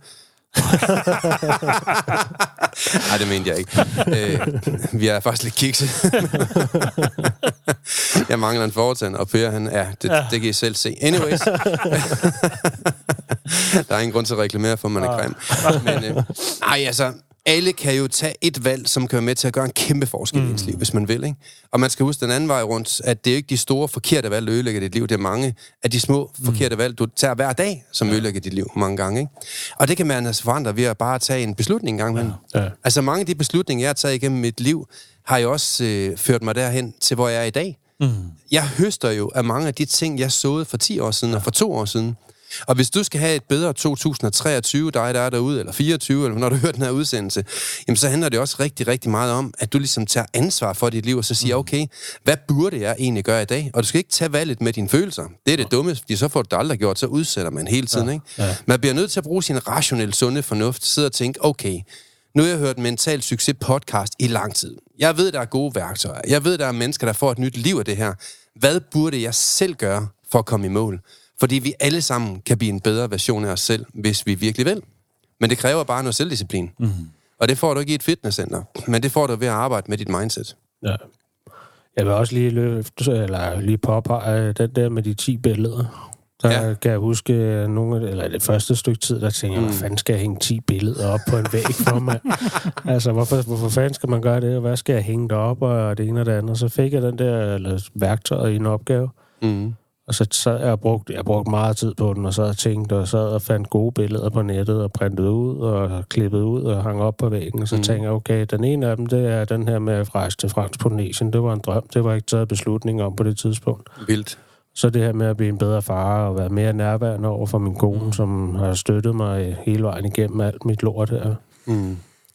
Nej, det mente jeg ikke. Øh, vi er faktisk lidt kikset. Jeg mangler en fortand, og Per, han, ja, det, ja. det kan I selv se. Anyways. Der er ingen grund til at reklamere for, at man er grim. Men, øh, ej, altså, alle kan jo tage et valg, som kan være med til at gøre en kæmpe forskel mm. i ens liv, hvis man vil, ikke? Og man skal huske den anden vej rundt, at det er ikke de store forkerte valg, der ødelægger dit liv. Det er mange af de små forkerte mm. valg, du tager hver dag, som ødelægger dit liv mange gange, ikke? Og det kan man altså forandre ved at bare tage en beslutning en gang imellem. Ja. Ja. Altså mange af de beslutninger, jeg har taget igennem mit liv, har jo også øh, ført mig derhen til, hvor jeg er i dag. Mm. Jeg høster jo af mange af de ting, jeg såede for ti år siden ja. og for to år siden. Og hvis du skal have et bedre to tusind treogtyve, dig der er derude, eller fireogtyve, eller når du hører den her udsendelse, jamen så handler det også rigtig, rigtig meget om, at du ligesom tager ansvar for dit liv, og så siger, okay, hvad burde jeg egentlig gøre i dag? Og du skal ikke tage valget med dine følelser. Det er det dumme, fordi så får du det aldrig gjort, så udsætter man hele tiden, ikke? Ja. Man bliver nødt til at bruge sin rationelle, sunde fornuft, sidde og tænke, okay, nu har jeg hørt Mental Succes podcast i lang tid. Jeg ved, der er gode værktøjer. Jeg ved, der er mennesker, der får et nyt liv af det her. Hvad burde jeg selv gøre for at komme i mål? Fordi vi alle sammen kan blive en bedre version af os selv, hvis vi virkelig vil. Men det kræver bare noget selvdisciplin. Mm. Og det får du ikke i et fitnesscenter. Men det får du ved at arbejde med dit mindset. Ja. Jeg vil også lige løfte, eller lige påpege den der med de ti billeder. Der ja. kan jeg huske nogle, eller det første stykke tid, der tænkte jeg, mm. hvad fanden skal jeg hænge ti billeder op på en væg for mig? Altså, hvorfor, hvorfor fanden skal man gøre det? Og hvad skal jeg hænge derop og det ene og det andet? Så fik jeg den der eller, værktøj i en opgave. Mm. Og så sad jeg og brugte, jeg brugte meget tid på den, og så tænkte og sad og fandt gode billeder på nettet, og printede ud, og klippede ud, og hang op på væggen. Og så mm. tænkte jeg, okay, den ene af dem, det er den her med at rejse til Fransk Polynesien. Det var en drøm, det var ikke taget beslutning om på det tidspunkt. Vildt. Så det her med at blive en bedre far, og være mere nærværende over for min kone, mm. som har støttet mig hele vejen igennem alt mit lort her. Mm.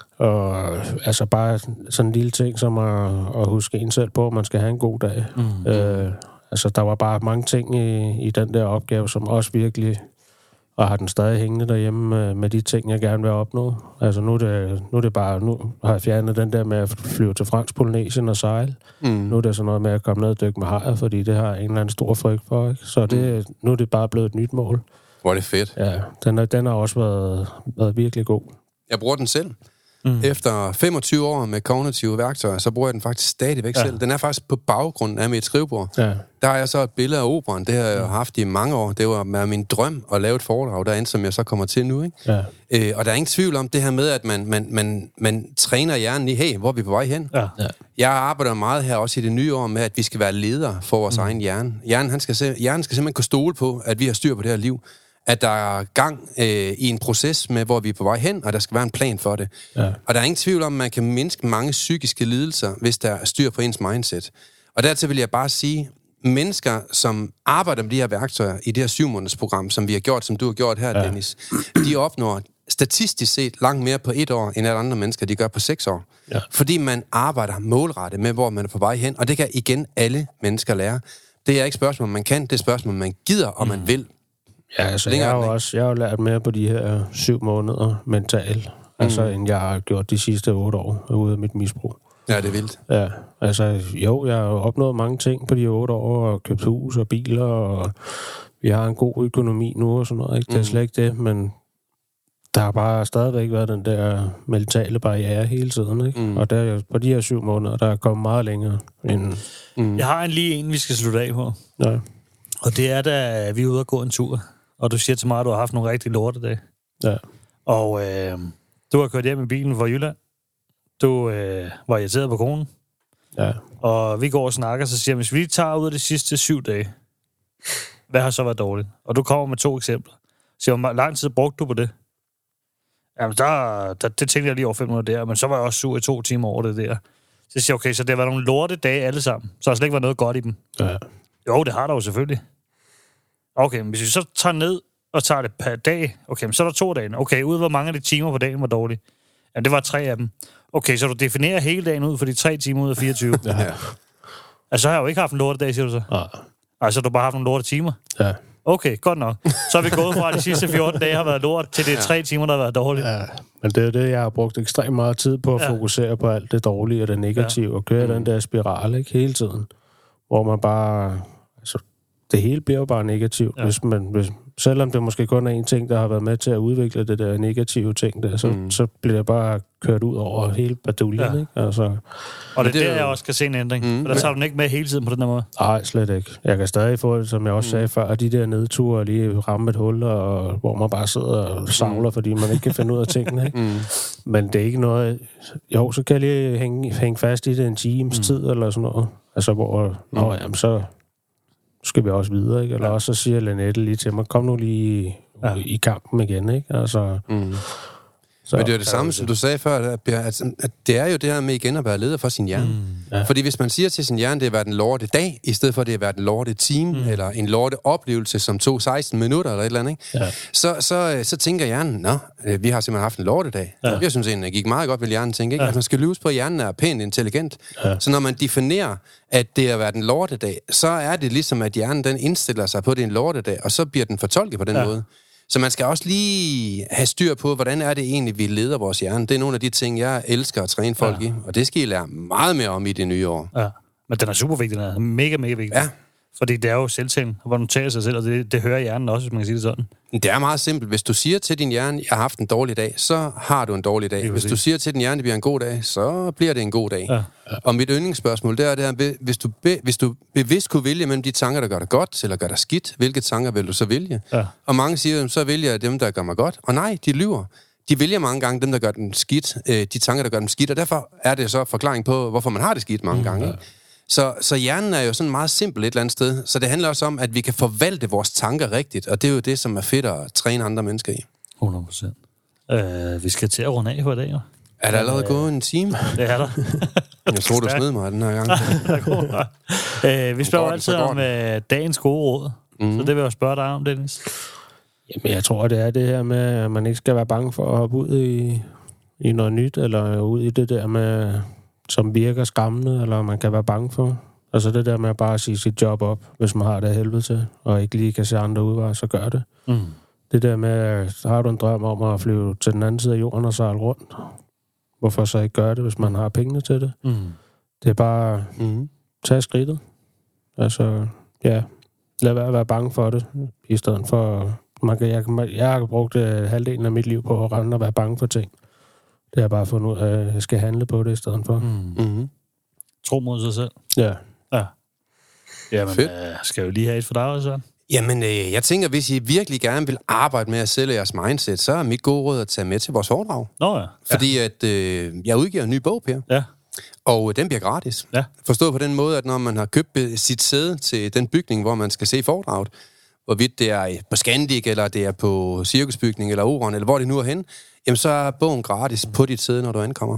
Og altså bare sådan en lille ting, som at, at huske en selv på, at man skal have en god dag. Mm. Øh, Altså, der var bare mange ting i, i den der opgave, som også virkelig, og har den stadig hængende derhjemme med, med de ting, jeg gerne vil opnå. Altså, nu er det, nu er det bare, nu har jeg fjernet den der med at flyve til Fransk Polynesien og sejle. Mm. Nu er det sådan noget med at komme ned og dykke med hajer, fordi det har en eller anden stor frygt for, ikke? Så det, mm. nu er det bare blevet et nyt mål. Hvor er det fedt. Ja, den, er, den har også været, været virkelig god. Jeg bruger den selv. Mm. Efter femogtyve år med kognitive værktøjer, så bruger jeg den faktisk stadigvæk ja. selv. Den er faktisk på baggrunden af mit skrivebord. Ja. Der har jeg så et billede af operan. Det har jeg haft i mange år. Det var med min drøm at lave et foredrag derinde, som jeg så kommer til nu. Ikke? Ja. Øh, og der er ingen tvivl om det her med, at man, man, man, man træner hjernen i, hey, hvor er vi på vej hen? Ja. Ja. Jeg arbejder meget her også i det nye år med, at vi skal være ledere for vores mm. egen hjerne. Hjernen, han skal se, hjernen skal simpelthen kunne stole på, at vi har styr på det her liv. At der er gang øh, i en proces med, hvor vi er på vej hen, og der skal være en plan for det. Ja. Og der er ingen tvivl om, at man kan mindske mange psykiske lidelser, hvis der er styr på ens mindset. Og dertil vil jeg bare sige, mennesker, som arbejder med de her værktøjer i det her syv måneders program, som vi har gjort, som du har gjort her, ja. Dennis, de opnår statistisk set langt mere på et år, end alle andre mennesker, de gør på seks år. Ja. Fordi man arbejder målrettet med, hvor man er på vej hen, og det kan igen alle mennesker lære. Det er ikke spørgsmål, man kan, det er spørgsmål, man gider, og man mm. vil. Ja, altså, jeg har jo også jeg har jo lært mere på de her syv måneder mentalt, mm. altså, end jeg har gjort de sidste otte år ude af mit misbrug. Ja, det er vildt. Ja, altså, jo, jeg har opnået mange ting på de otte år, og købt hus og biler, og vi har en god økonomi nu og sådan noget, ikke? Det er mm. slet ikke det, men der har bare stadigvæk været den der mentale barriere hele tiden, ikke? Mm. Og der, på de her syv måneder, der er kommet meget længere end... Mm. Jeg har en lige en, vi skal slutte af på. Ja. Og det er, da vi er ude og gå en tur. Og du siger til mig, at du har haft nogle rigtig lortedage. Ja. Og øh, du har kørt hjem i bilen fra Jylland. Du øh, var irriteret på konen. Ja. Og vi går og snakker, så siger jeg, hvis vi tager ud af de sidste syv dage, hvad har så været dårligt? Og du kommer med to eksempler. Så hvor lang tid brugte du på det? Jamen, der, der, det tænkte jeg lige over fem minutter der, men så var jeg også sur i to timer over det der. Så siger jeg, okay, så det har været nogle lortedage alle sammen. Så har slet ikke været noget godt i dem. Ja. Jo, det har der jo selvfølgelig. Okay, men hvis vi så tager ned og tager det per dag, okay, men så er der to dage. Okay, ud hvor mange af de timer på dagen var dårlige? Jamen, det var tre af dem. Okay, så du definerer hele dagen ud for de tre timer ud af fireogtyve. Ja. Altså, så har jeg jo ikke haft en lortedag, siger du så? Ja. Altså, du har bare haft nogle lorte timer? Ja. Okay, godt nok. Så er vi gået fra, at de sidste fjorten dage har været lort, til det tre timer, der har været dårligt. Ja, men det er det, jeg har brugt ekstremt meget tid på at ja. fokusere på alt det dårlige og det negative, ja. og køre mm. den der spiral, ikke, hele tiden. Hvor man bare... Altså, det hele bliver jo bare negativt, ja. hvis, man, hvis, selvom det måske kun er en ting, der har været med til at udvikle det der negative ting der, så, mm. så bliver det bare kørt ud over hele baduljen, ja. Ikke? Altså, og det er der, jeg også kan se en ændring. Mm. For der tager du den ikke med hele tiden på den her måde? Nej, slet ikke. Jeg kan stadig få det, som jeg også mm. sagde før, at de der nedture lige ramme et hul, og, hvor man bare sidder og savler, mm. fordi man ikke kan finde ud af tingene. Ikke? Mm. Men det er ikke noget... Jo, så kan jeg lige hænge, hænge fast i det en times mm. tid, eller sådan noget. Altså, hvor... Mm. Nå, jamen, så skal vi også videre, ikke? Eller ja. Også så siger Lynette lige til mig, kom nu lige ja. i kampen igen, ikke? Altså... Mm. Så, men det er jo det samme, som du sagde før, at, at det er jo det her med igen at være leder for sin hjerne. Mm, ja. Fordi hvis man siger til sin hjerne, det er været en lorte dag, i stedet for at det er været en lorte time, mm. eller en lorte oplevelse, som tog seksten minutter, eller et eller andet, ikke? Ja. Så, så, så tænker hjernen, nå, vi har simpelthen haft en lortedag. Ja. Jeg synes egentlig, det gik meget godt, vil hjernen tænke, ikke? Ja. At man skal lyves på, at hjernen er pænt intelligent. Ja. Så når man definerer, at det har været en lortedag, så er det ligesom, at hjernen den indstiller sig på, at det er en lortedag, og så bliver den fortolket på den ja. måde. Så man skal også lige have styr på, hvordan er det egentlig, vi leder vores hjerne. Det er nogle af de ting, jeg elsker at træne folk ja. i, og det skal I lære meget mere om i det nye år. Ja, men den er super vigtig, den er mega, mega vigtig. Ja. Fordi det er jo selvtænkning, hvor du tager sig selv, og det, det hører hjernen også, hvis man kan sige det sådan. Det er meget simpelt. Hvis du siger til din hjerne, jeg har haft en dårlig dag, så har du en dårlig dag. Hvis du siger til din hjerne, det bliver en god dag, så bliver det en god dag. Ja. Ja. Og mit yndlingsspørgsmål, det er det her, hvis du, be, hvis du bevidst kunne vælge mellem de tanker, der gør dig godt, eller gør dig skidt, hvilke tanker vil du så vælge? Ja. Og mange siger, så vælger jeg dem, der gør mig godt. Og nej, de lyver. De vælger mange gange dem, der gør dem skidt, de tanker, der gør dem skidt, og derfor er det så forklaring på, hvorfor man har det skidt mange gange. Ja. Så, så hjernen er jo sådan meget simpel et eller andet sted. Så det handler også om, at vi kan forvalte vores tanker rigtigt. Og det er jo det, som er fedt at træne andre mennesker i. hundrede procent. Øh, vi skal til at runde af for i dag, jo. Er der allerede øh, gået en time? Det er der. Jeg tror, du smed mig den her gang. øh, vi spørger altid om øh, dagens gode råd. Mm-hmm. Så det vil jeg spørge dig om, Dennis. Jamen, jeg tror, det er det her med, at man ikke skal være bange for at hoppe ud i, i noget nyt, eller ud i det der med... som virker skræmmende, eller man kan være bange for. Altså det der med at bare sige sit job op, hvis man har det helvede til, og ikke lige kan se andre udveje, så gør det. Mm. Det der med, har du en drøm om at flyve til den anden side af jorden og sejle rundt, hvorfor så ikke gøre det, hvis man har pengene til det? Mm. Det er bare, mm. tage skridtet. Altså, ja, lad være at være bange for det, i stedet for, man kan, jeg, jeg har brugt uh, halvdelen af mit liv på at rende og være bange for ting. Det har bare fundet ud af, at jeg skal handle på det i stedet for. Mm. Mm-hmm. Tro mod sig selv. Ja. Ja. Jamen, øh, skal jo lige have et for dig også? Jamen, øh, jeg tænker, hvis I virkelig gerne vil arbejde med at sælge jeres mindset, så er mit gode råd at tage med til vores foredrag. Nå ja. Fordi at øh, jeg udgiver en ny bog, Per. Ja. Og øh, den bliver gratis. Ja. Forstået på den måde, at når man har købt sit sæde til den bygning, hvor man skal se foredraget, hvorvidt det er på Scandic, eller det er på Cirkusbygning, eller Oron, eller hvor det nu er hen, jamen så er bogen gratis på dit sæde, når du ankommer.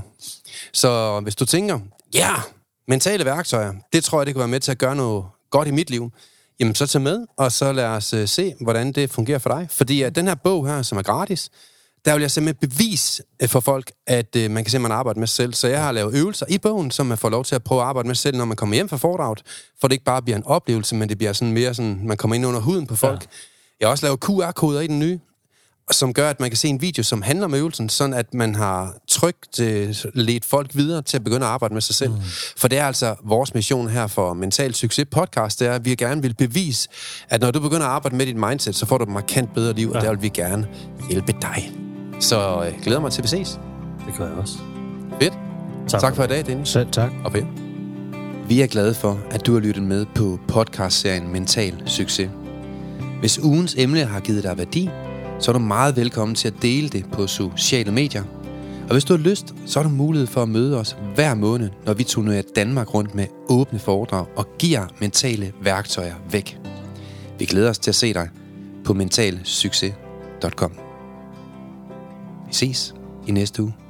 Så hvis du tænker, ja, yeah, mentale værktøjer, det tror jeg, det kan være med til at gøre noget godt i mit liv, jamen så tag med, og så lad os uh, se, hvordan det fungerer for dig. Fordi at den her bog her, som er gratis, der vil jeg simpelthen bevis for folk, at uh, man kan simpelthen arbejde med sig selv. Så jeg har lavet øvelser i bogen, som man får lov til at prøve at arbejde med sig selv, når man kommer hjem fra foredraget, for det ikke bare bliver en oplevelse, men det bliver sådan mere sådan, man kommer ind under huden på folk. Ja. Jeg har også lavet Q R-koder i den nye, som gør, at man kan se en video, som handler om øvelsen, sådan at man har trygt øh, ledt folk videre til at begynde at arbejde med sig selv. Mm. For det er altså vores mission her for Mental Succes podcast, det er, at vi gerne vil bevise, at når du begynder at arbejde med dit mindset, så får du et markant bedre liv, ja. Og der vil vi gerne hjælpe dig. Så øh, glæder mig til, at vi ses. Det gør jeg også. Fedt. Tak, tak for i dag, Dennis. Selv tak. Og fedt. Vi er glade for, at du har lyttet med på podcastserien Mental Succes. Hvis ugens emne har givet dig værdi, så er du meget velkommen til at dele det på sociale medier. Og hvis du har lyst, så har du mulighed for at møde os hver måned, når vi turnerer Danmark rundt med åbne foredrag og giver mentale værktøjer væk. Vi glæder os til at se dig på mental succes punktum com. Vi ses i næste uge.